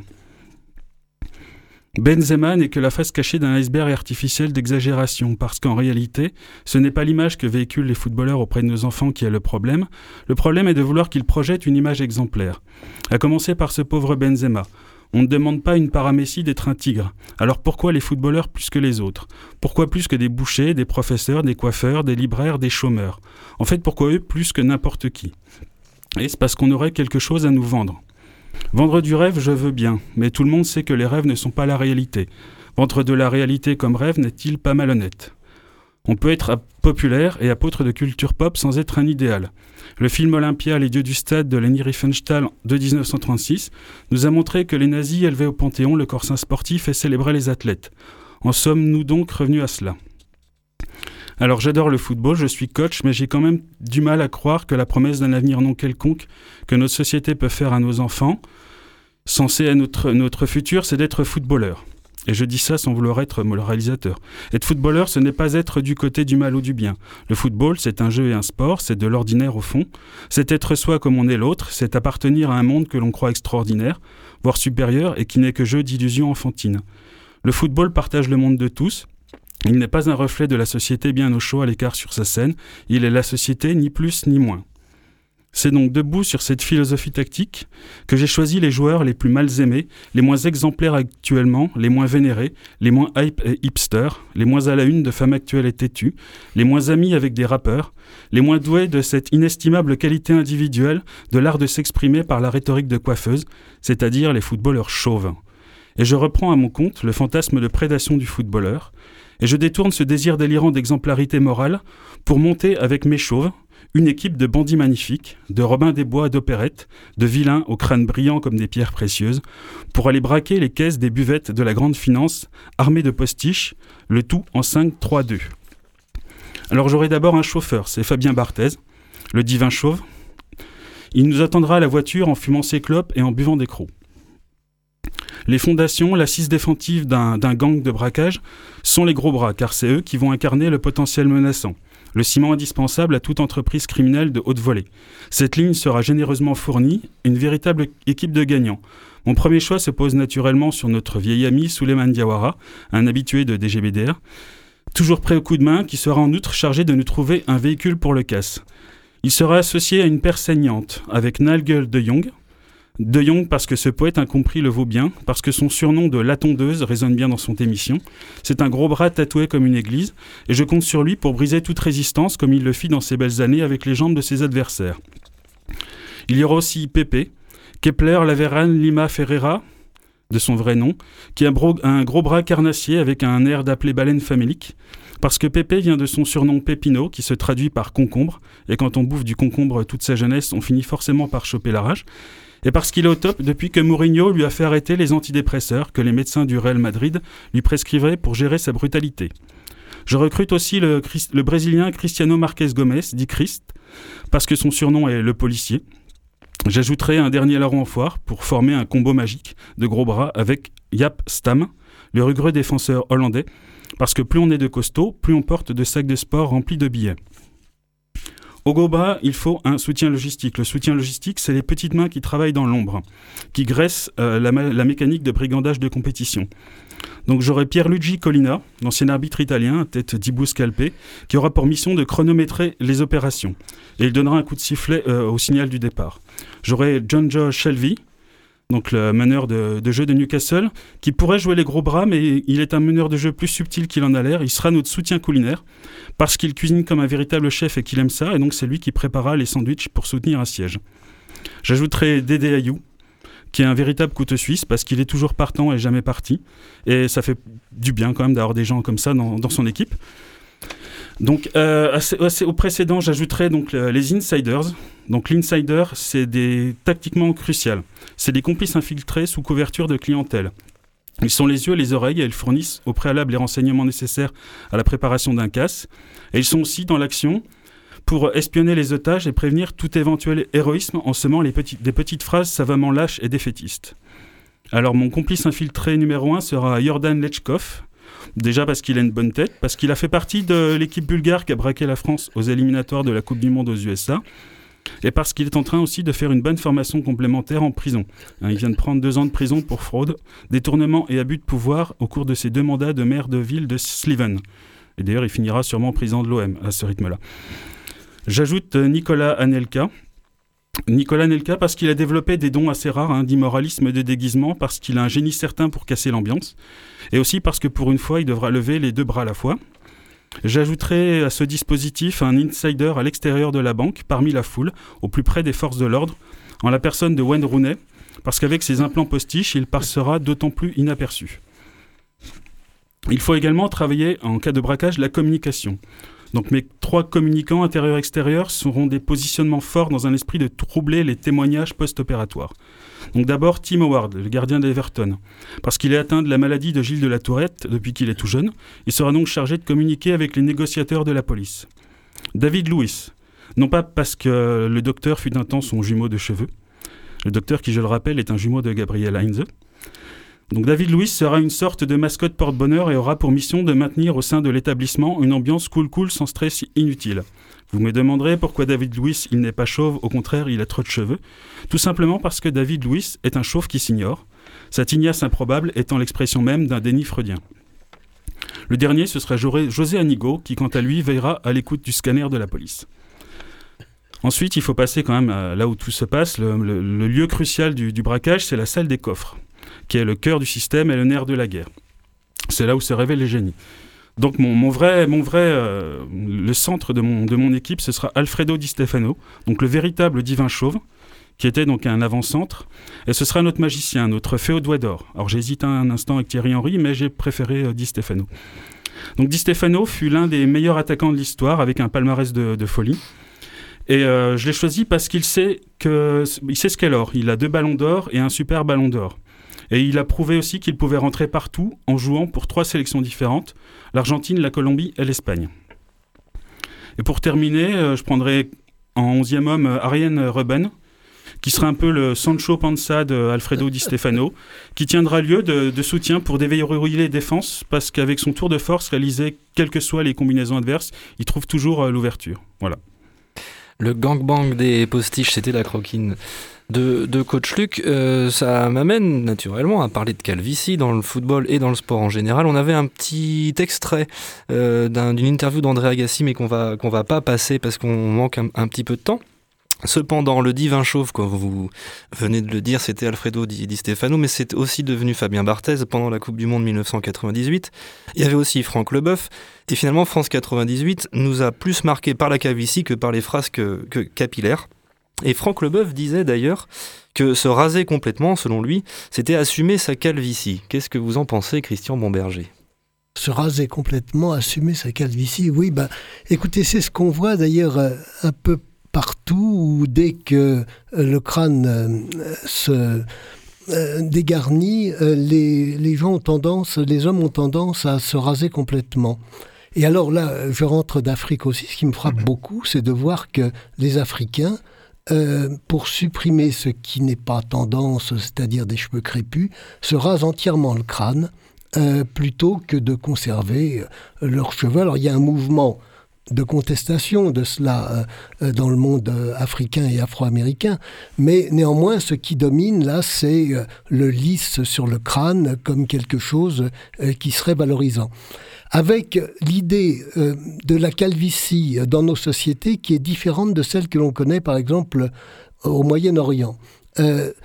Benzema n'est que la face cachée d'un iceberg artificiel d'exagération, parce qu'en réalité, ce n'est pas l'image que véhiculent les footballeurs auprès de nos enfants qui est le problème. Le problème est de vouloir qu'ils projettent une image exemplaire. À commencer par ce pauvre Benzema. On ne demande pas une paramécie d'être un tigre. Alors pourquoi les footballeurs plus que les autres ? Pourquoi plus que des bouchers, des professeurs, des coiffeurs, des libraires, des chômeurs ? En fait, pourquoi eux plus que n'importe qui ? Et c'est parce qu'on aurait quelque chose à nous vendre. Vendre du rêve, je veux bien, mais tout le monde sait que les rêves ne sont pas la réalité. Vendre de la réalité comme rêve n'est-il pas malhonnête ? On peut être populaire et apôtre de culture pop sans être un idéal. Le film Olympia, Les dieux du stade de Leni Riefenstahl de dix-neuf cent trente-six nous a montré que les nazis élevaient au Panthéon le corps saint sportif et célébraient les athlètes. En sommes-nous donc revenus à cela ? Alors j'adore le football, je suis coach, mais j'ai quand même du mal à croire que la promesse d'un avenir non quelconque que notre société peut faire à nos enfants, censé être notre, notre futur, c'est d'être footballeur. Et je dis ça sans vouloir être moralisateur. Être footballeur, ce n'est pas être du côté du mal ou du bien. Le football, c'est un jeu et un sport, c'est de l'ordinaire au fond. C'est être soi comme on est l'autre, c'est appartenir à un monde que l'on croit extraordinaire, voire supérieur, et qui n'est que jeu d'illusions enfantines. Le football partage le monde de tous. Il n'est pas un reflet de la société bien au chaud à l'écart sur sa scène, il est la société ni plus ni moins. C'est donc debout sur cette philosophie tactique que j'ai choisi les joueurs les plus mal aimés, les moins exemplaires actuellement, les moins vénérés, les moins hype et hipster, les moins à la une de femmes actuelles et têtues, les moins amis avec des rappeurs, les moins doués de cette inestimable qualité individuelle de l'art de s'exprimer par la rhétorique de coiffeuse, c'est-à-dire les footballeurs chauves. Et je reprends à mon compte le fantasme de prédation du footballeur, et je détourne ce désir délirant d'exemplarité morale pour monter avec mes chauves une équipe de bandits magnifiques, de Robin des Bois d'opérette, de vilains aux crânes brillants comme des pierres précieuses, pour aller braquer les caisses des buvettes de la grande finance, armés de postiches, le tout en cinq trois deux. Alors j'aurai d'abord un chauffeur, c'est Fabien Barthez, le divin chauve. Il nous attendra à la voiture en fumant ses clopes et en buvant des crocs. Les fondations, l'assise défensive d'un, d'un gang de braquage, sont les gros bras, car c'est eux qui vont incarner le potentiel menaçant, le ciment indispensable à toute entreprise criminelle de haute volée. Cette ligne sera généreusement fournie, une véritable équipe de gagnants. Mon premier choix se pose naturellement sur notre vieil ami Souleymane Diawara, un habitué de D G B D R, toujours prêt au coup de main, qui sera en outre chargé de nous trouver un véhicule pour le casse. Il sera associé à une paire saignante, avec Nigel de Jong, De Jong parce que ce poète incompris le vaut bien, parce que son surnom de La Tondeuse résonne bien dans son émission. C'est un gros bras tatoué comme une église, et je compte sur lui pour briser toute résistance comme il le fit dans ses belles années avec les jambes de ses adversaires. Il y aura aussi Pépé, Kepler Laveran Lima Ferreira, de son vrai nom, qui a un gros bras carnassier avec un air d'appelé baleine famélique, parce que Pépé vient de son surnom Pépino, qui se traduit par concombre, et quand on bouffe du concombre toute sa jeunesse, on finit forcément par choper la rage. Et parce qu'il est au top depuis que Mourinho lui a fait arrêter les antidépresseurs que les médecins du Real Madrid lui prescrivaient pour gérer sa brutalité. Je recrute aussi le, le Brésilien Cristiano Marques Gomes, dit Christ, parce que son surnom est le policier. J'ajouterai un dernier larron en foire pour former un combo magique de gros bras avec Jaap Stam, le rugueux défenseur hollandais, parce que plus on est de costaud, plus on porte de sacs de sport remplis de billets. Au gros bras, il faut un soutien logistique. Le soutien logistique, c'est les petites mains qui travaillent dans l'ombre, qui graissent euh, la, la mécanique de brigandage de compétition. Donc j'aurai Pierluigi Collina, l'ancien arbitre italien, tête d'Ibu Scalpe, qui aura pour mission de chronométrer les opérations. Et il donnera un coup de sifflet euh, au signal du départ. J'aurai Jonjo Shelvey, donc le meneur de, de jeu de Newcastle, qui pourrait jouer les gros bras, mais il est un meneur de jeu plus subtil qu'il en a l'air. Il sera notre soutien culinaire, parce qu'il cuisine comme un véritable chef et qu'il aime ça, et donc c'est lui qui préparera les sandwichs pour soutenir un siège. J'ajouterai Dédé Ayou, qui est un véritable couteau suisse, parce qu'il est toujours partant et jamais parti. Et ça fait du bien quand même d'avoir des gens comme ça dans, dans son équipe. Donc, euh, assez, assez, au précédent, j'ajouterai donc les insiders. Donc, l'insider, c'est des tactiquement crucial. C'est des complices infiltrés sous couverture de clientèle. Ils sont les yeux et les oreilles et ils fournissent au préalable les renseignements nécessaires à la préparation d'un casse. Et ils sont aussi dans l'action pour espionner les otages et prévenir tout éventuel héroïsme en semant les petits, des petites phrases savamment lâches et défaitistes. Alors, mon complice infiltré numéro un sera Jordan Lechkov. Déjà parce qu'il a une bonne tête, parce qu'il a fait partie de l'équipe bulgare qui a braqué la France aux éliminatoires de la Coupe du Monde aux U S A, et parce qu'il est en train aussi de faire une bonne formation complémentaire en prison. Hein, il vient de prendre deux ans de prison pour fraude, détournement et abus de pouvoir au cours de ses deux mandats de maire de ville de Sliven. Et d'ailleurs, il finira sûrement président de l'O M à ce rythme-là. J'ajoute Nicolas Anelka. Nicolas Anelka parce qu'il a développé des dons assez rares hein, d'immoralisme et de déguisement, parce qu'il a un génie certain pour casser l'ambiance, et aussi parce que pour une fois, il devra lever les deux bras à la fois. J'ajouterai à ce dispositif un insider à l'extérieur de la banque, parmi la foule, au plus près des forces de l'ordre, en la personne de Wayne Rooney, parce qu'avec ses implants postiches, il passera d'autant plus inaperçu. Il faut également travailler, en cas de braquage, la communication. Donc mes trois communicants intérieur-extérieur seront des positionnements forts dans un esprit de troubler les témoignages post-opératoires. Donc d'abord Tim Howard, le gardien d'Everton, parce qu'il est atteint de la maladie de Gilles de la Tourette depuis qu'il est tout jeune. Il sera donc chargé de communiquer avec les négociateurs de la police. David Lewis, non pas parce que le docteur fut un temps son jumeau de cheveux. Le docteur qui, je le rappelle, est un jumeau de Gabriel Heinze. Donc David Lewis sera une sorte de mascotte porte-bonheur et aura pour mission de maintenir au sein de l'établissement une ambiance cool-cool sans stress inutile. Vous me demanderez pourquoi David Lewis, il n'est pas chauve, au contraire, il a trop de cheveux. Tout simplement parce que David Lewis est un chauve qui s'ignore, sa tignasse improbable étant l'expression même d'un déni freudien. Le dernier, ce sera José Anigo, qui quant à lui veillera à l'écoute du scanner de la police. Ensuite, il faut passer quand même à là où tout se passe. Le, le, le lieu crucial du, du braquage, c'est la salle des coffres, qui est le cœur du système et le nerf de la guerre. C'est là où se révèlent les génies. Donc mon, mon vrai, mon vrai euh, le centre de mon, de mon équipe, ce sera Alfredo Di Stefano, donc le véritable divin chauve, qui était donc un avant-centre, et ce sera notre magicien, notre fée aux doigts d'or. Alors j'hésite un instant avec Thierry Henry, mais j'ai préféré euh, Di Stefano. Donc Di Stefano fut l'un des meilleurs attaquants de l'histoire, avec un palmarès de, de folie. Et euh, je l'ai choisi parce qu'il sait, que, il sait ce qu'est l'or. Il a deux ballons d'or et un super ballon d'or. Et il a prouvé aussi qu'il pouvait rentrer partout en jouant pour trois sélections différentes, l'Argentine, la Colombie et l'Espagne. Et pour terminer, euh, je prendrai en onzième homme euh, Arjen Robben, qui sera un peu le Sancho Panza de Alfredo Di Stefano, qui tiendra lieu de, de soutien pour déverrouiller les défenses, parce qu'avec son tour de force réalisé, quelles que soient les combinaisons adverses, il trouve toujours euh, l'ouverture. Voilà. Le gangbang des postiches, c'était la croquine de, de coach Luc. Euh, ça m'amène naturellement à parler de calvitie dans le football et dans le sport en général. On avait un petit extrait euh, d'un, d'une interview d'André Agassi, mais qu'on va, qu'on va pas passer parce qu'on manque un, un petit peu de temps. Cependant, le divin chauve, comme vous venez de le dire, c'était Alfredo Di, Di Stefano, mais c'est aussi devenu Fabien Barthez pendant la Coupe du Monde dix-neuf cent quatre-vingt-dix-huit. Il y avait aussi Franck Leboeuf. Et finalement, France quatre-vingt-dix-huit nous a plus marqué par la calvitie que par les frasques que capillaires. Et Franck Leboeuf disait d'ailleurs que se raser complètement, selon lui, c'était assumer sa calvitie. Qu'est-ce que vous en pensez, Christian Bomberger ? Se raser complètement, assumer sa calvitie, oui, bah, écoutez, c'est ce qu'on voit d'ailleurs euh, un peu partout, où dès que euh, le crâne euh, se euh, dégarnit, euh, les, les gens ont tendance, les hommes ont tendance à se raser complètement. Et alors là, je rentre d'Afrique aussi. Ce qui me frappe beaucoup, c'est de voir que les Africains, euh, pour supprimer ce qui n'est pas tendance, c'est-à-dire des cheveux crépus, se rasent entièrement le crâne euh, plutôt que de conserver euh, leurs cheveux. Alors il y a un mouvement de contestation de cela euh, dans le monde euh, africain et afro-américain, mais néanmoins ce qui domine là, c'est euh, le lisse sur le crâne comme quelque chose euh, qui serait valorisant. Avec l'idée euh, de la calvitie dans nos sociétés qui est différente de celle que l'on connaît par exemple au Moyen-Orient. Euh,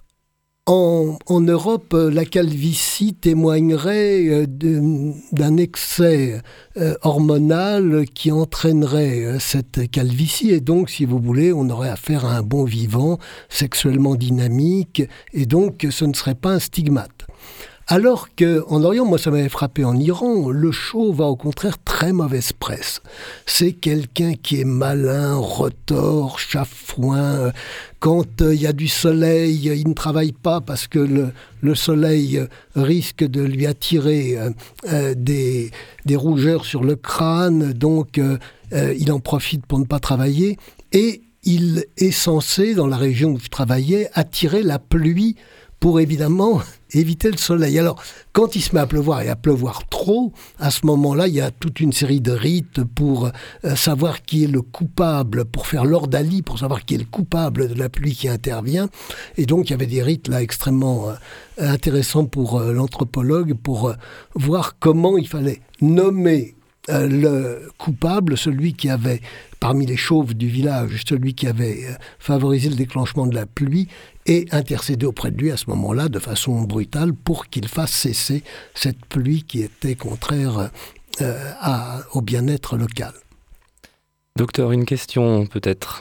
En, en Europe, la calvitie témoignerait euh, de, d'un excès euh, hormonal qui entraînerait euh, cette calvitie. Et donc, si vous voulez, on aurait affaire à un bon vivant, sexuellement dynamique, et donc ce ne serait pas un stigmate. Alors qu'en Orient, moi ça m'avait frappé en Iran, le chauve a au contraire très mauvaise presse. C'est quelqu'un qui est malin, retors, chafouin. Quand il euh, y a du soleil, il ne travaille pas parce que le, le soleil risque de lui attirer euh, euh, des, des rougeurs sur le crâne, donc euh, euh, il en profite pour ne pas travailler. Et il est censé, dans la région où je travaillais, attirer la pluie pour évidemment éviter le soleil. Alors, quand il se met à pleuvoir et à pleuvoir trop, à ce moment-là, il y a toute une série de rites pour euh, savoir qui est le coupable, pour faire l'ordalie, pour savoir qui est le coupable de la pluie qui intervient. Et donc, il y avait des rites là extrêmement euh, intéressants pour euh, l'anthropologue, pour euh, voir comment il fallait nommer euh, le coupable, celui qui avait, parmi les chauves du village, celui qui avait euh, favorisé le déclenchement de la pluie, et intercéder auprès de lui à ce moment-là de façon brutale pour qu'il fasse cesser cette pluie qui était contraire euh, à, au bien-être local. Docteur, une question peut-être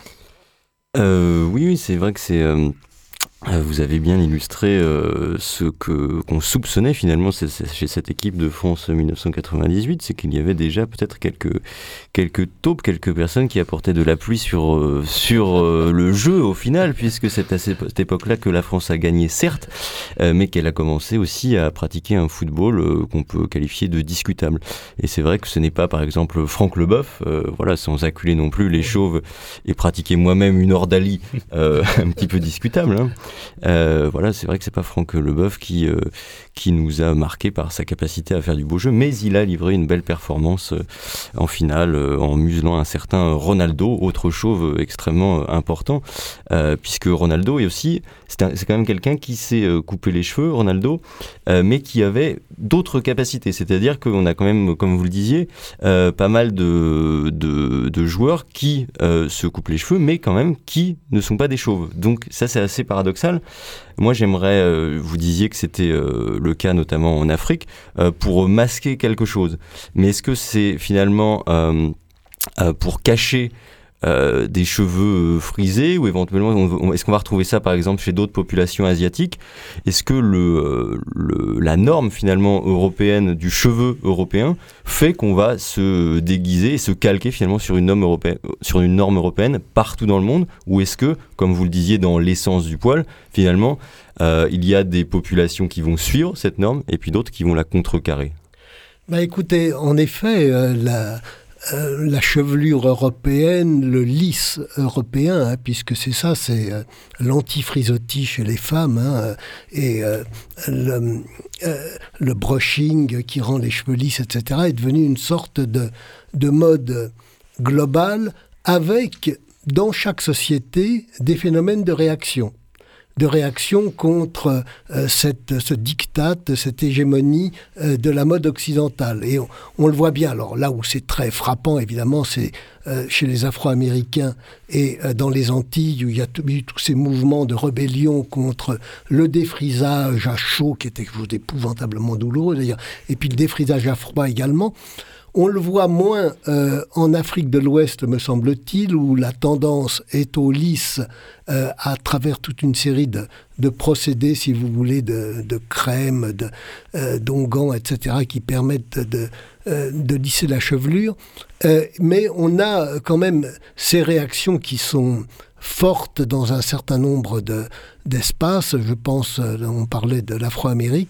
euh, Oui, oui, c'est vrai que c'est... Euh... Vous avez bien illustré euh, ce que, qu'on soupçonnait finalement c'est, c'est, chez cette équipe de France dix-neuf cent quatre-vingt-dix-huit, c'est qu'il y avait déjà peut-être quelques, quelques taupes, quelques personnes qui apportaient de la pluie sur, euh, sur euh, le jeu au final, puisque c'est à cette époque-là que la France a gagné certes, euh, mais qu'elle a commencé aussi à pratiquer un football euh, qu'on peut qualifier de discutable. Et c'est vrai que ce n'est pas par exemple Franck Leboeuf, euh, voilà, sans acculer non plus les chauves, et pratiquer moi-même une ordalie euh, un petit peu discutable, hein. Euh, voilà, c'est vrai que c'est pas Franck Leboeuf qui, euh, qui nous a marqué par sa capacité à faire du beau jeu, mais il a livré une belle performance euh, en finale euh, en muselant un certain Ronaldo, autre chauve extrêmement euh, important, euh, puisque Ronaldo est aussi, c'est, un, c'est quand même quelqu'un qui s'est euh, coupé les cheveux, Ronaldo, euh, mais qui avait d'autres capacités, c'est-à-dire qu'on a quand même, comme vous le disiez, euh, pas mal de, de, de joueurs qui euh, se coupent les cheveux, mais quand même qui ne sont pas des chauves. Donc ça c'est assez paradoxal. Moi, j'aimerais, euh, vous disiez que c'était euh, le cas notamment en Afrique, euh, pour masquer quelque chose. Mais est-ce que c'est finalement euh, euh, pour cacher euh, des cheveux frisés, ou éventuellement, on, est-ce qu'on va retrouver ça par exemple chez d'autres populations asiatiques ? Est-ce que le, le, la norme finalement européenne du cheveu européen fait qu'on va se déguiser et se calquer finalement sur une norme européenne, sur une norme européenne partout dans le monde ? Ou est-ce que, comme vous le disiez dans l'essence du poil, finalement, euh, il y a des populations qui vont suivre cette norme et puis d'autres qui vont la contrecarrer ? Bah écoutez, en effet, euh, la... Euh, la chevelure européenne, le lisse européen, hein, puisque c'est ça, c'est euh, l'antifrisottie chez les femmes, hein, et euh, le, euh, le brushing qui rend les cheveux lisses, et cetera, est devenu une sorte de, de mode global avec, dans chaque société, des phénomènes de réaction. de réaction contre euh, cette, ce diktat, cette hégémonie euh, de la mode occidentale. Et on, on le voit bien. Alors là où c'est très frappant, évidemment, c'est euh, chez les Afro-Américains et euh, dans les Antilles, où il y a eu tous ces mouvements de rébellion contre le défrisage à chaud, qui était quelque chose d'épouvantablement douloureux d'ailleurs, et puis le défrisage à froid également. On le voit moins euh, en Afrique de l'Ouest, me semble-t-il, où la tendance est au lisse euh, à travers toute une série de, de procédés, si vous voulez, de, de crèmes, de, euh, d'onguents, et cetera, qui permettent de, euh, de lisser la chevelure. Euh, mais on a quand même ces réactions qui sont fortes dans un certain nombre de, d'espaces. Je pense, on parlait de l'Afro-Amérique.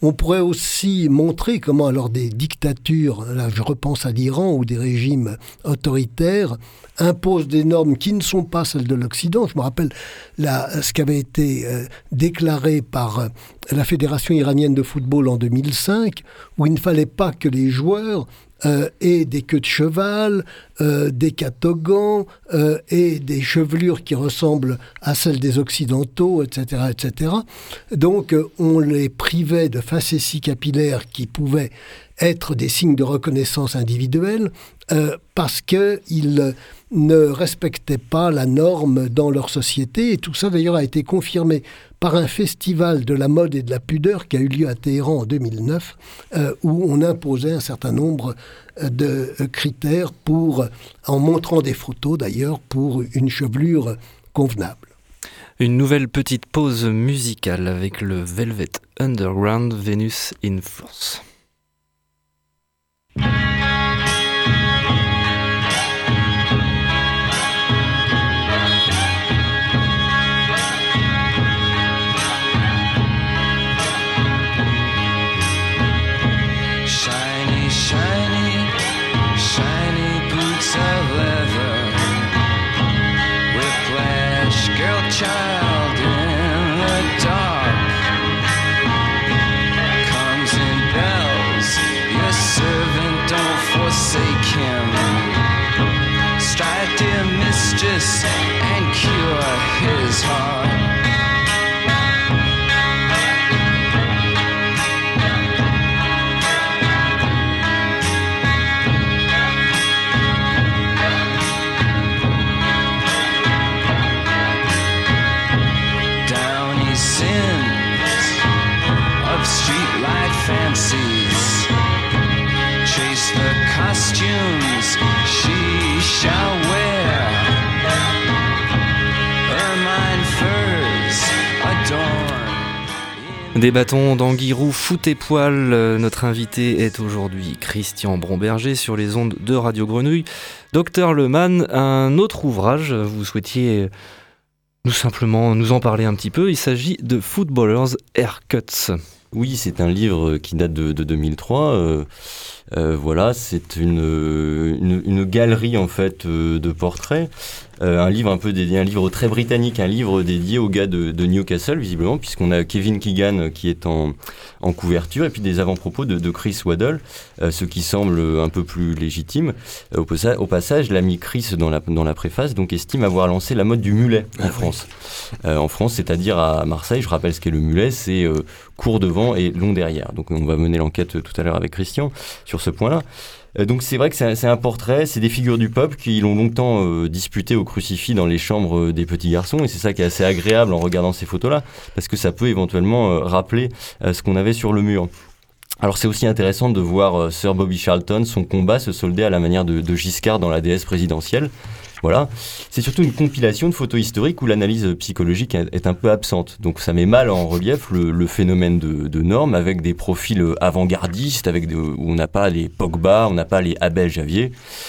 On pourrait aussi montrer comment alors des dictatures, là je repense à l'Iran ou des régimes autoritaires, imposent des normes qui ne sont pas celles de l'Occident. Je me rappelle la, ce qui avait été euh, déclaré par euh, la Fédération iranienne de football en deux mille cinq, où il ne fallait pas que les joueurs euh, aient des queues de cheval, euh, des catogans euh, et des chevelures qui ressemblent à celles des Occidentaux, et cetera, et cetera. Donc euh, on les privait de facéties capillaires qui pouvaient être des signes de reconnaissance individuelle euh, parce qu'ils ne respectaient pas la norme dans leur société. Et tout ça, d'ailleurs, a été confirmé par un festival de la mode et de la pudeur qui a eu lieu à Téhéran en deux mille neuf, euh, où on imposait un certain nombre de critères pour, en montrant des photos d'ailleurs, pour une chevelure convenable. Une nouvelle petite pause musicale avec le Velvet Underground, Venus in Force. Shiny, shiny, shiny boots of leather. Whiplash, girl child in the dark. Comes in bells, your servant, don't forsake him. Strike, dear mistress, and cure his heart. Fancies, chase the costumes she shall wear. Ermine furs adorn. Des bâtons d'anguirou fout et poil, notre invité est aujourd'hui Christian Bromberger sur les ondes de Radio Grenouille. Docteur Lehmann, un autre ouvrage, vous souhaitiez nous simplement nous en parler un petit peu, il s'agit de Footballers' Haircuts. Oui, c'est un livre qui date de, de deux mille trois. Euh, euh, voilà, c'est une, une, une galerie en fait euh, de portraits. Euh, un livre un peu dédié, un livre très britannique, un livre dédié aux gars de, de Newcastle visiblement, puisqu'on a Kevin Keegan qui est en, en couverture et puis des avant-propos de, de Chris Waddle, euh, ce qui semble un peu plus légitime. Euh, au, passa- au passage, l'ami Chris dans la, dans la préface donc estime avoir lancé la mode du mulet en ah, France. Oui. Euh, en France, c'est-à-dire à Marseille. Je rappelle ce qu'est le mulet, c'est euh, court devant et long derrière. Donc on va mener l'enquête tout à l'heure avec Christian sur ce point-là. Donc c'est vrai que c'est un, c'est un portrait, c'est des figures du peuple qui l'ont longtemps euh, disputé au crucifix dans les chambres des petits garçons, et c'est ça qui est assez agréable en regardant ces photos-là, parce que ça peut éventuellement euh, rappeler euh, ce qu'on avait sur le mur. Alors c'est aussi intéressant de voir euh, Sir Bobby Charlton, son combat se solder à la manière de, de Giscard dans la déesse présidentielle. Voilà, c'est surtout une compilation de photos historiques où l'analyse psychologique est un peu absente. Donc ça met mal en relief le, le phénomène de, de normes avec des profils avant-gardistes, avec des, où on n'a pas les Pogba, on n'a pas les Abel Javier.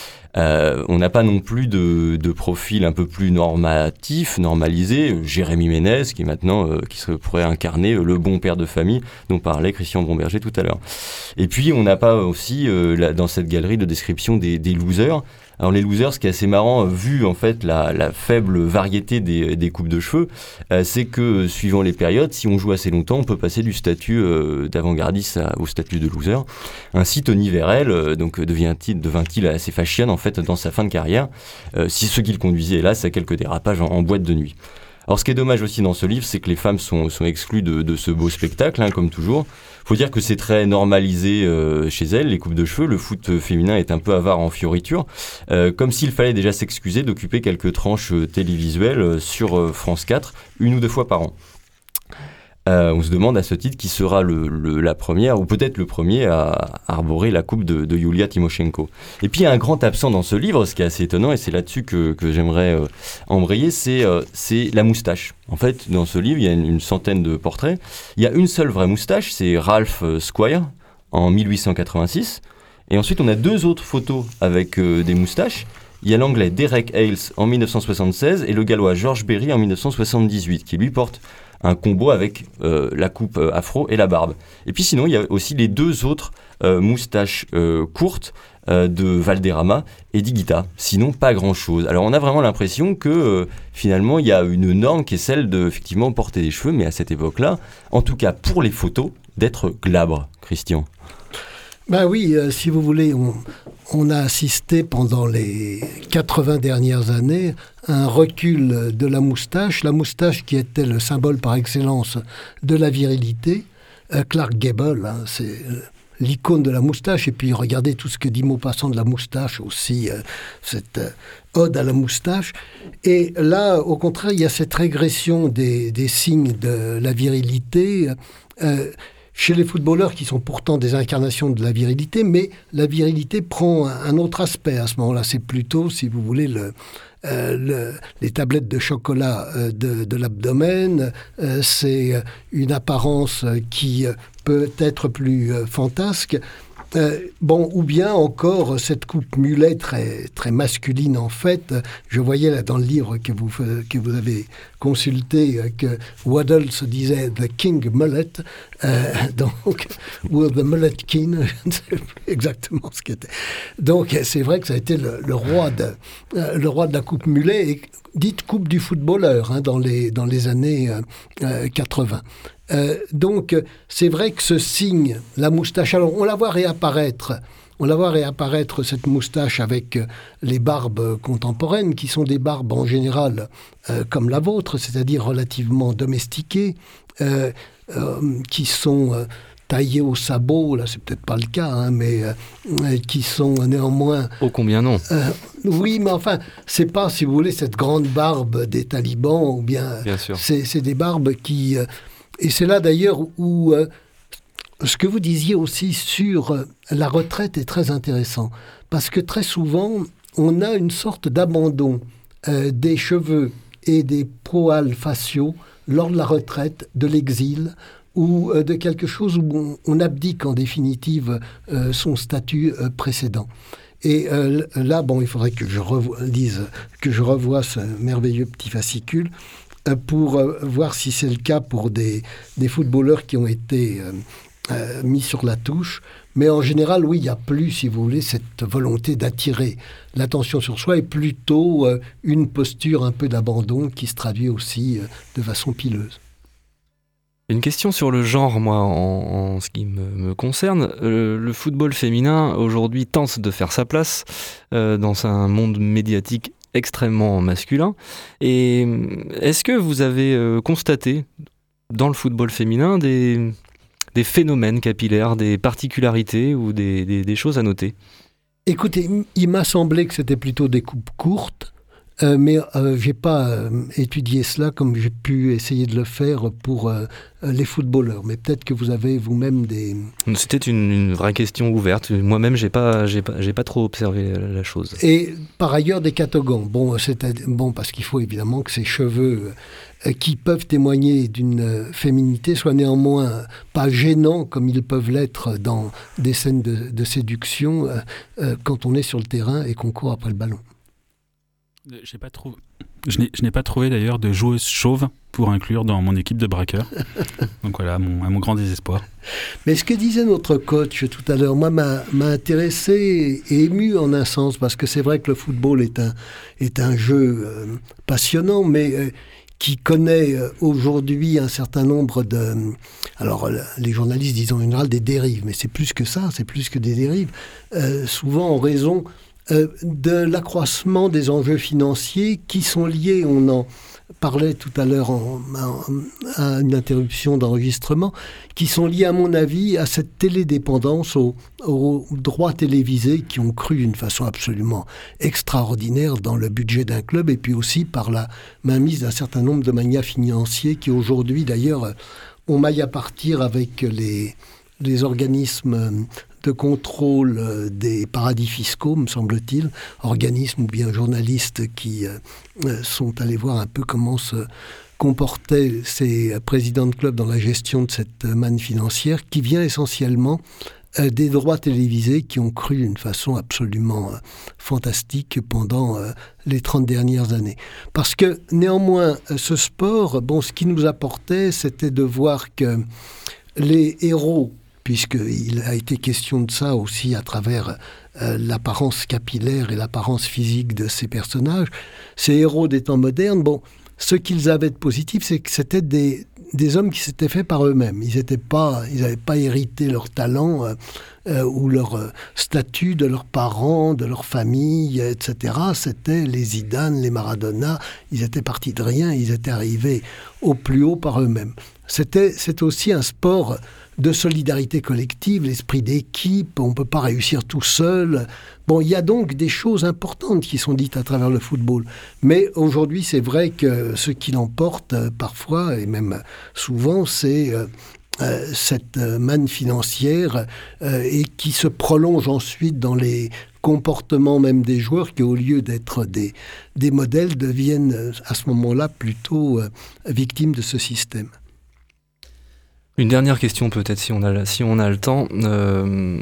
Euh, on n'a pas non plus de, de profil un peu plus normatif, normalisé. Jérémy Ménez, qui est maintenant, euh, qui se pourrait incarner euh, le bon père de famille dont parlait Christian Bromberger tout à l'heure. Et puis on n'a pas aussi euh, la, dans cette galerie de description des, des losers. Alors les losers, ce qui est assez marrant, vu en fait la, la faible variété des, des coupes de cheveux, euh, c'est que suivant les périodes, si on joue assez longtemps, on peut passer du statut euh, d'avant-gardiste à, au statut de loser. Ainsi, Tony Vérel euh, donc devient-il, devint-il assez fashion en fait dans sa fin de carrière, euh, si ce qu'il conduisait hélas à quelques dérapages en, en boîte de nuit. Alors ce qui est dommage aussi dans ce livre, c'est que les femmes sont, sont exclues de, de ce beau spectacle, hein, comme toujours. Faut dire que c'est très normalisé euh, chez elles, les coupes de cheveux. Le foot féminin est un peu avare en fioritures, euh, comme s'il fallait déjà s'excuser d'occuper quelques tranches euh, télévisuelles euh, sur euh, France quatre, une ou deux fois par an. Euh, on se demande à ce titre qui sera le, le, la première, ou peut-être le premier à arborer la coupe de, de Yulia Tymoshenko. Et puis il y a un grand absent dans ce livre, ce qui est assez étonnant, et c'est là-dessus que, que j'aimerais euh, embrayer, c'est, euh, c'est la moustache. En fait, dans ce livre, il y a une, une centaine de portraits. Il y a une seule vraie moustache, c'est Ralph Squire, en mille huit cent quatre-vingt-six. Et ensuite, on a deux autres photos avec euh, des moustaches, il y a l'anglais Derek Hales en dix-neuf cent soixante-seize et le gallois George Berry en dix-neuf cent soixante-dix-huit, qui lui porte un combo avec euh, la coupe euh, afro et la barbe. Et puis sinon, il y a aussi les deux autres euh, moustaches euh, courtes euh, de Valderrama et d'Higuita. Sinon, pas grand-chose. Alors on a vraiment l'impression que euh, finalement, il y a une norme qui est celle de effectivement porter des cheveux, mais à cette époque-là, en tout cas pour les photos, d'être glabre, Christian. Ben oui, euh, si vous voulez, on, on a assisté pendant les quatre-vingts dernières années à un recul de la moustache, la moustache qui était le symbole par excellence de la virilité. Euh, Clark Gable, hein, c'est euh, l'icône de la moustache, et puis regardez tout ce que dit Maupassant de la moustache aussi, euh, cette euh, ode à la moustache. Et là, au contraire, il y a cette régression des, des signes de la virilité, euh, chez les footballeurs qui sont pourtant des incarnations de la virilité, mais la virilité prend un autre aspect à ce moment-là. C'est plutôt, si vous voulez, le, euh, le, les tablettes de chocolat euh, de, de l'abdomen. Euh, c'est une apparence qui peut être plus euh, fantasque. Euh, bon, ou bien encore cette coupe mulet très, très masculine en fait. Je voyais là dans le livre que vous, que vous avez consulté que Waddle se disait The King Mullet, euh, donc, ou The Mullet King, je ne sais plus exactement ce qu'était. Donc c'est vrai que ça a été le, le, roi, de, euh, le roi de la coupe mulet, et dite coupe du footballeur hein, dans, les, dans les années euh, quatre-vingts. Euh, donc, c'est vrai que ce signe, la moustache, alors on la voit réapparaître, on la voit réapparaître cette moustache avec les barbes contemporaines, qui sont des barbes en général euh, comme la vôtre, c'est-à-dire relativement domestiquées, euh, euh, qui sont euh, taillées au sabot, là c'est peut-être pas le cas, hein, mais euh, qui sont néanmoins... Oh combien non euh, Oui, mais enfin, c'est pas, si vous voulez, cette grande barbe des talibans, ou bien... Bien sûr. C'est, c'est des barbes qui... Euh, Et c'est là d'ailleurs où euh, ce que vous disiez aussi sur euh, la retraite est très intéressant. Parce que très souvent, on a une sorte d'abandon euh, des cheveux et des poils faciaux lors de la retraite, de l'exil, ou euh, de quelque chose où on, on abdique en définitive euh, son statut euh, précédent. Et euh, là, bon, il faudrait que je revoie, lise, que je revoie ce merveilleux petit fascicule pour euh, voir si c'est le cas pour des, des footballeurs qui ont été euh, euh, mis sur la touche. Mais en général, oui, il n'y a plus, si vous voulez, cette volonté d'attirer l'attention sur soi, et plutôt euh, une posture un peu d'abandon qui se traduit aussi euh, de façon pileuse. Une question sur le genre, moi, en, en ce qui me, me concerne. Euh, le football féminin, aujourd'hui, tente de faire sa place euh, dans un monde médiatique extrêmement masculin. Et est-ce que vous avez euh, constaté dans le football féminin des, des phénomènes capillaires, des particularités ou des, des, des choses à noter ? Écoutez, il m'a semblé que c'était plutôt des coupes courtes, euh, mais euh, je n'ai pas euh, étudié cela comme j'ai pu essayer de le faire pour euh, les footballeurs. Mais peut-être que vous avez vous-même des... C'était une, une vraie question ouverte. Moi-même, je n'ai pas, j'ai pas, j'ai pas trop observé la chose. Et par ailleurs, des catogans. Bon, c'est, bon parce qu'il faut évidemment que ces cheveux euh, qui peuvent témoigner d'une euh, féminité soient néanmoins pas gênants comme ils peuvent l'être dans des scènes de, de séduction euh, euh, quand on est sur le terrain et qu'on court après le ballon. J'ai pas trouvé... Je n'ai, je n'ai pas trouvé d'ailleurs de joueuse chauve pour inclure dans mon équipe de braqueurs. Donc voilà, à mon, à mon grand désespoir. Mais ce que disait notre coach tout à l'heure, moi, m'a, m'a intéressé et ému en un sens, parce que c'est vrai que le football est un, est un jeu euh, passionnant, mais euh, qui connaît euh, aujourd'hui un certain nombre de... Alors, euh, les journalistes disent en général des dérives, mais c'est plus que ça, c'est plus que des dérives. Euh, souvent en raison... Euh, de l'accroissement des enjeux financiers qui sont liés, on en parlait tout à l'heure en, en, à une interruption d'enregistrement, qui sont liés à mon avis à cette télédépendance aux, aux droits télévisés qui ont cru d'une façon absolument extraordinaire dans le budget d'un club, et puis aussi par la mainmise d'un certain nombre de magnats financiers qui aujourd'hui d'ailleurs ont maille à partir avec les, les organismes de contrôle des paradis fiscaux, me semble-t-il, organismes ou bien journalistes qui euh, sont allés voir un peu comment se comportaient ces présidents de clubs dans la gestion de cette manne financière, qui vient essentiellement euh, des droits télévisés qui ont cru d'une façon absolument euh, fantastique pendant euh, les trente dernières années. Parce que néanmoins, ce sport, bon, ce qui nous apportait, c'était de voir que les héros, puisqu'il a été question de ça aussi à travers euh, l'apparence capillaire et l'apparence physique de ces personnages, ces héros des temps modernes, bon, ce qu'ils avaient de positif, c'est que c'était des, des hommes qui s'étaient faits par eux-mêmes. Ils n'étaient pas, ils n'avaient pas hérité leur talent euh, euh, ou leur euh, statut de leurs parents, de leur famille, et cetera. C'était les Zidane, les Maradona. Ils étaient partis de rien. Ils étaient arrivés au plus haut par eux-mêmes. C'était, c'est aussi un sport de solidarité collective, l'esprit d'équipe, on ne peut pas réussir tout seul. Bon, il y a donc des choses importantes qui sont dites à travers le football. Mais aujourd'hui, c'est vrai que ce qui l'emporte euh, parfois, et même souvent, c'est euh, euh, cette manne financière euh, et qui se prolonge ensuite dans les comportements même des joueurs qui, au lieu d'être des, des modèles, deviennent à ce moment-là plutôt euh, victimes de ce système. Une dernière question peut-être, si on a, si on a le temps. Euh,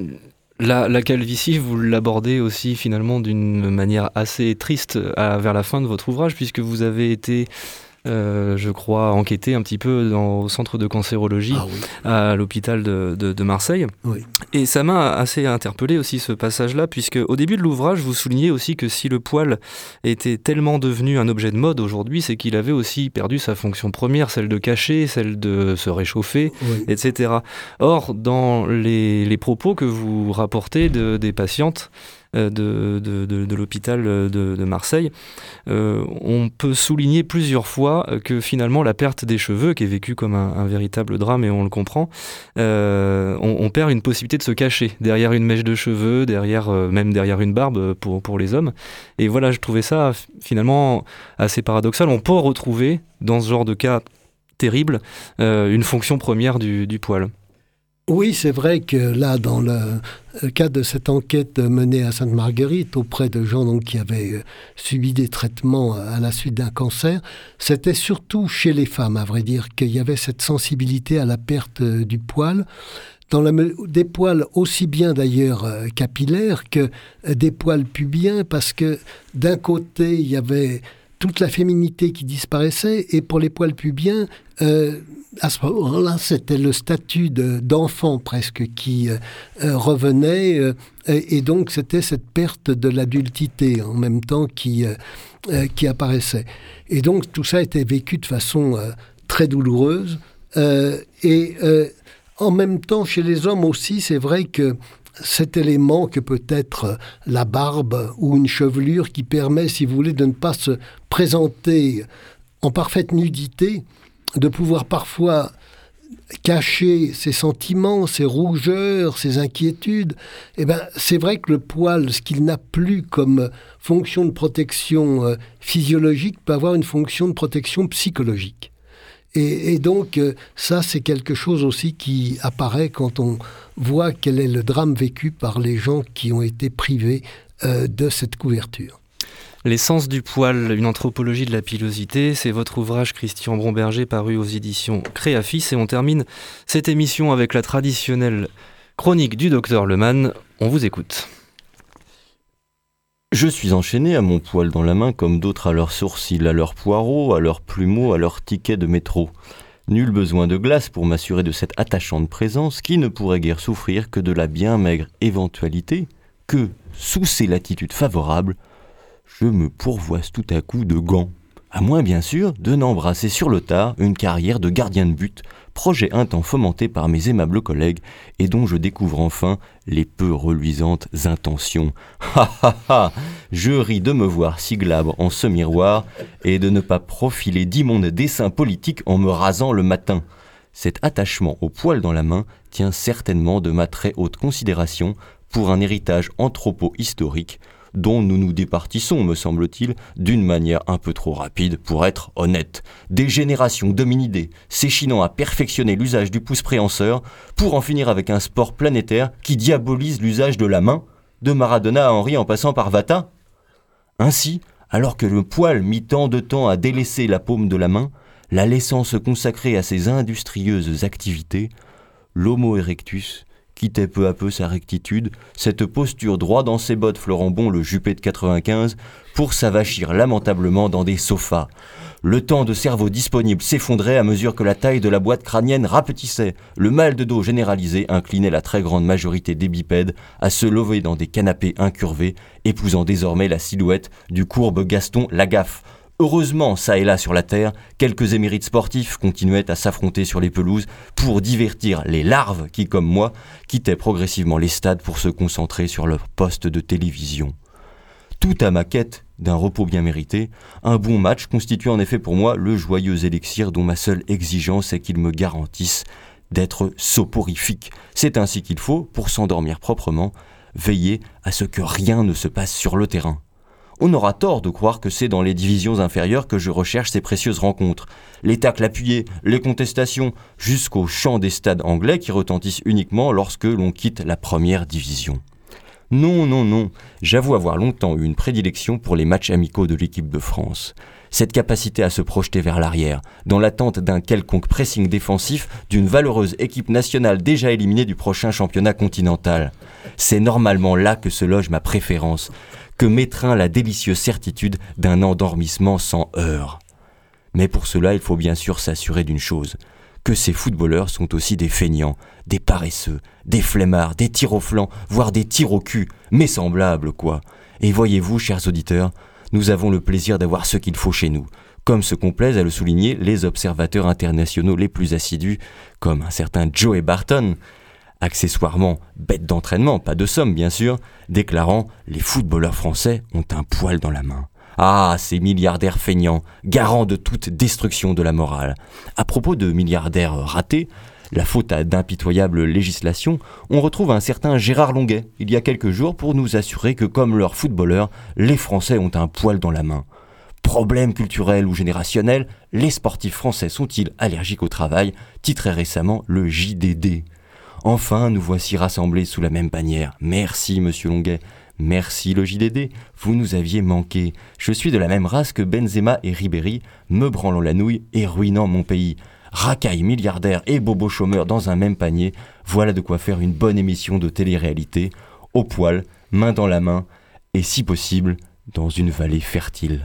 la, la calvitie, vous l'abordez aussi finalement d'une manière assez triste à, vers la fin de votre ouvrage, puisque vous avez été, euh, je crois, enquêté un petit peu dans, au centre de cancérologie ah, oui. à l'hôpital de, de, de Marseille. Oui. Et ça m'a assez interpellé aussi ce passage-là, puisque au début de l'ouvrage, vous soulignez aussi que si le poil était tellement devenu un objet de mode aujourd'hui, c'est qu'il avait aussi perdu sa fonction première, celle de cacher, celle de se réchauffer, oui. et cetera. Or, dans les, les propos que vous rapportez de, des patientes, De, de, de, de l'hôpital de, de Marseille, euh, on peut souligner plusieurs fois que finalement la perte des cheveux, qui est vécue comme un, un véritable drame et on le comprend, euh, on, on perd une possibilité de se cacher derrière une mèche de cheveux, derrière, euh, même derrière une barbe pour, pour les hommes. Et voilà, je trouvais ça finalement assez paradoxal. On peut retrouver dans ce genre de cas terrible euh, une fonction première du, du poil. Oui, c'est vrai que là, dans le cas de cette enquête menée à Sainte-Marguerite auprès de gens donc, qui avaient subi des traitements à la suite d'un cancer, c'était surtout chez les femmes, à vrai dire, qu'il y avait cette sensibilité à la perte du poil. Dans la, des poils aussi bien d'ailleurs euh, capillaires que euh, des poils pubiens, parce que d'un côté, il y avait toute la féminité qui disparaissait, et pour les poils pubiens, euh, à ce moment-là, c'était le statut de, d'enfant presque qui euh, euh, revenait, euh, et, et donc c'était cette perte de l'adultité en même temps qui, euh, euh, qui apparaissait. Et donc tout ça était vécu de façon euh, très douloureuse, euh, et euh, en même temps, chez les hommes aussi, c'est vrai que cet élément que peut être la barbe ou une chevelure qui permet, si vous voulez, de ne pas se présenter en parfaite nudité, de pouvoir parfois cacher ses sentiments, ses rougeurs, ses inquiétudes, eh ben, c'est vrai que le poil, ce qu'il n'a plus comme fonction de protection euh, physiologique, peut avoir une fonction de protection psychologique. Et, et donc, euh, ça, c'est quelque chose aussi qui apparaît quand on voit quel est le drame vécu par les gens qui ont été privés euh, de cette couverture. L'essence du poil, une anthropologie de la pilosité, c'est votre ouvrage Christian Bromberger paru aux éditions Créafis. Et on termine cette émission avec la traditionnelle chronique du docteur Lemann. On vous écoute. Je suis enchaîné à mon poil dans la main comme d'autres à leurs sourcils, à leurs poireaux, à leurs plumeaux, à leurs tickets de métro. Nul besoin de glace pour m'assurer de cette attachante présence qui ne pourrait guère souffrir que de la bien maigre éventualité que, sous ces latitudes favorables, je me pourvoise tout à coup de gants. À moins bien sûr de n'embrasser sur le tard une carrière de gardien de but, projet un temps fomenté par mes aimables collègues et dont je découvre enfin les peu reluisantes intentions. Ha ha ha! Je ris de me voir si glabre en ce miroir et de ne pas profiler d'immondes dessins politiques en me rasant le matin. Cet attachement au poil dans la main tient certainement de ma très haute considération pour un héritage anthropo-historique dont nous nous départissons, me semble-t-il, d'une manière un peu trop rapide pour être honnête. Des générations dominidées, s'échinant à perfectionner l'usage du pouce préhenseur pour en finir avec un sport planétaire qui diabolise l'usage de la main, de Maradona à Henry en passant par Vata. Ainsi, alors que le poil mit tant de temps à délaisser la paume de la main, la laissant se consacrer à ses industrieuses activités, l'Homo erectus, quittait peu à peu sa rectitude, cette posture droit dans ses bottes fleurant bon le Juppé de quatre-vingt-quinze, pour s'avachir lamentablement dans des sofas. Le temps de cerveau disponible s'effondrait à mesure que la taille de la boîte crânienne rapetissait. Le mal de dos généralisé inclinait la très grande majorité des bipèdes à se lever dans des canapés incurvés, épousant désormais la silhouette du courbe Gaston Lagaffe. Heureusement, ça et là sur la terre, quelques émérites sportifs continuaient à s'affronter sur les pelouses pour divertir les larves qui, comme moi, quittaient progressivement les stades pour se concentrer sur leur poste de télévision. Tout à ma quête d'un repos bien mérité, un bon match constitue en effet pour moi le joyeux élixir dont ma seule exigence est qu'il me garantisse d'être soporifique. C'est ainsi qu'il faut, pour s'endormir proprement, veiller à ce que rien ne se passe sur le terrain. On aura tort de croire que c'est dans les divisions inférieures que je recherche ces précieuses rencontres. Les tacles appuyés, les contestations, jusqu'au chant des stades anglais qui retentissent uniquement lorsque l'on quitte la première division. Non, non, non, j'avoue avoir longtemps eu une prédilection pour les matchs amicaux de l'équipe de France. Cette capacité à se projeter vers l'arrière, dans l'attente d'un quelconque pressing défensif d'une valeureuse équipe nationale déjà éliminée du prochain championnat continental. C'est normalement là que se loge ma préférence, que m'étreint la délicieuse certitude d'un endormissement sans heurts. Mais pour cela, il faut bien sûr s'assurer d'une chose, que ces footballeurs sont aussi des feignants, des paresseux, des flemmards, des tirs au flanc, voire des tirs au cul, mais semblables quoi. Et voyez-vous, chers auditeurs, nous avons le plaisir d'avoir ce qu'il faut chez nous, comme se complaisent à le souligner les observateurs internationaux les plus assidus, comme un certain Joey Barton, accessoirement bête d'entraînement, pas de somme bien sûr, déclarant « Les footballeurs français ont un poil dans la main ». Ah, ces milliardaires feignants, garants de toute destruction de la morale. À propos de milliardaires ratés, la faute à d'impitoyables législations, on retrouve un certain Gérard Longuet, il y a quelques jours, pour nous assurer que comme leurs footballeurs, les Français ont un poil dans la main. Problème culturel ou générationnel, les sportifs français sont-ils allergiques au travail, titrait récemment le J D D. Enfin, nous voici rassemblés sous la même bannière. Merci, monsieur Longuet. Merci le J D D, vous nous aviez manqué. Je suis de la même race que Benzema et Ribéry, me branlant la nouille et ruinant mon pays. Racailles, milliardaires et bobos chômeurs dans un même panier, voilà de quoi faire une bonne émission de télé-réalité, au poil, main dans la main, et si possible, dans une vallée fertile.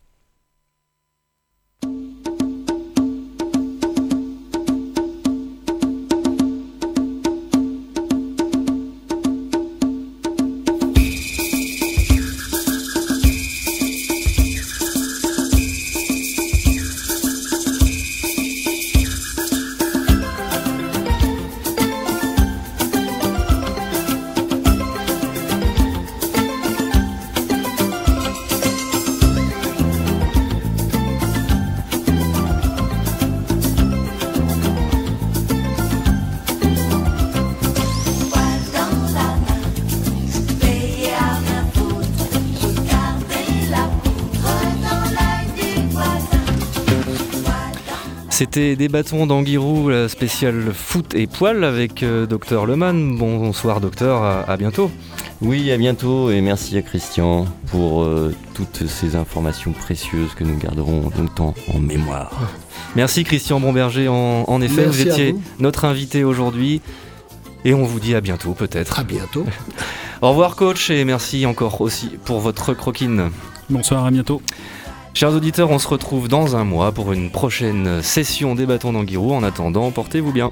C'était des bâtons d'Anguirou, la spéciale foot et poil avec euh, Docteur Leman. Bonsoir docteur, à, à bientôt. Oui, à bientôt et merci à Christian pour euh, toutes ces informations précieuses que nous garderons longtemps en mémoire. Merci Christian Bomberger, en, en effet, merci vous étiez vous. notre invité aujourd'hui et on vous dit à bientôt peut-être. À bientôt. Au revoir coach et merci encore aussi pour votre croquine. Bonsoir, à bientôt. Chers auditeurs, on se retrouve dans un mois pour une prochaine session des bâtons d'Anguirou. En attendant, portez-vous bien.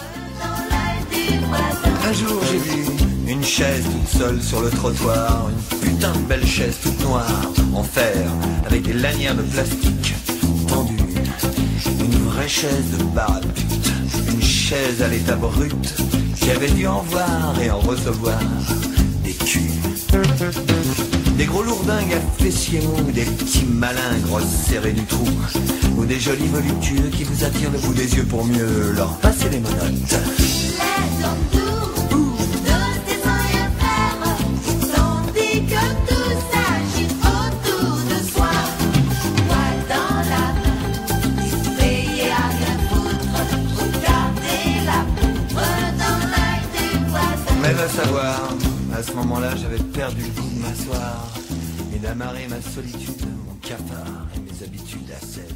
Un jour j'ai vu une chaise toute seule sur le trottoir, une putain de belle chaise toute noire, en fer, avec des lanières de plastique tendues. Une vraie chaise de bar à pute, une chaise à l'état brut, qui avait dû en voir et en recevoir des culs. Des gros lourdingues à fessiers mous, des petits malins grosses serrés du trou, ou des jolis voluptueux qui vous attirent le bout des yeux pour mieux leur passer les menottes. Mais va savoir, à ce moment-là, j'avais perdu le goût de m'asseoir et d'amarrer ma solitude, mon cafard et mes habitudes à sel.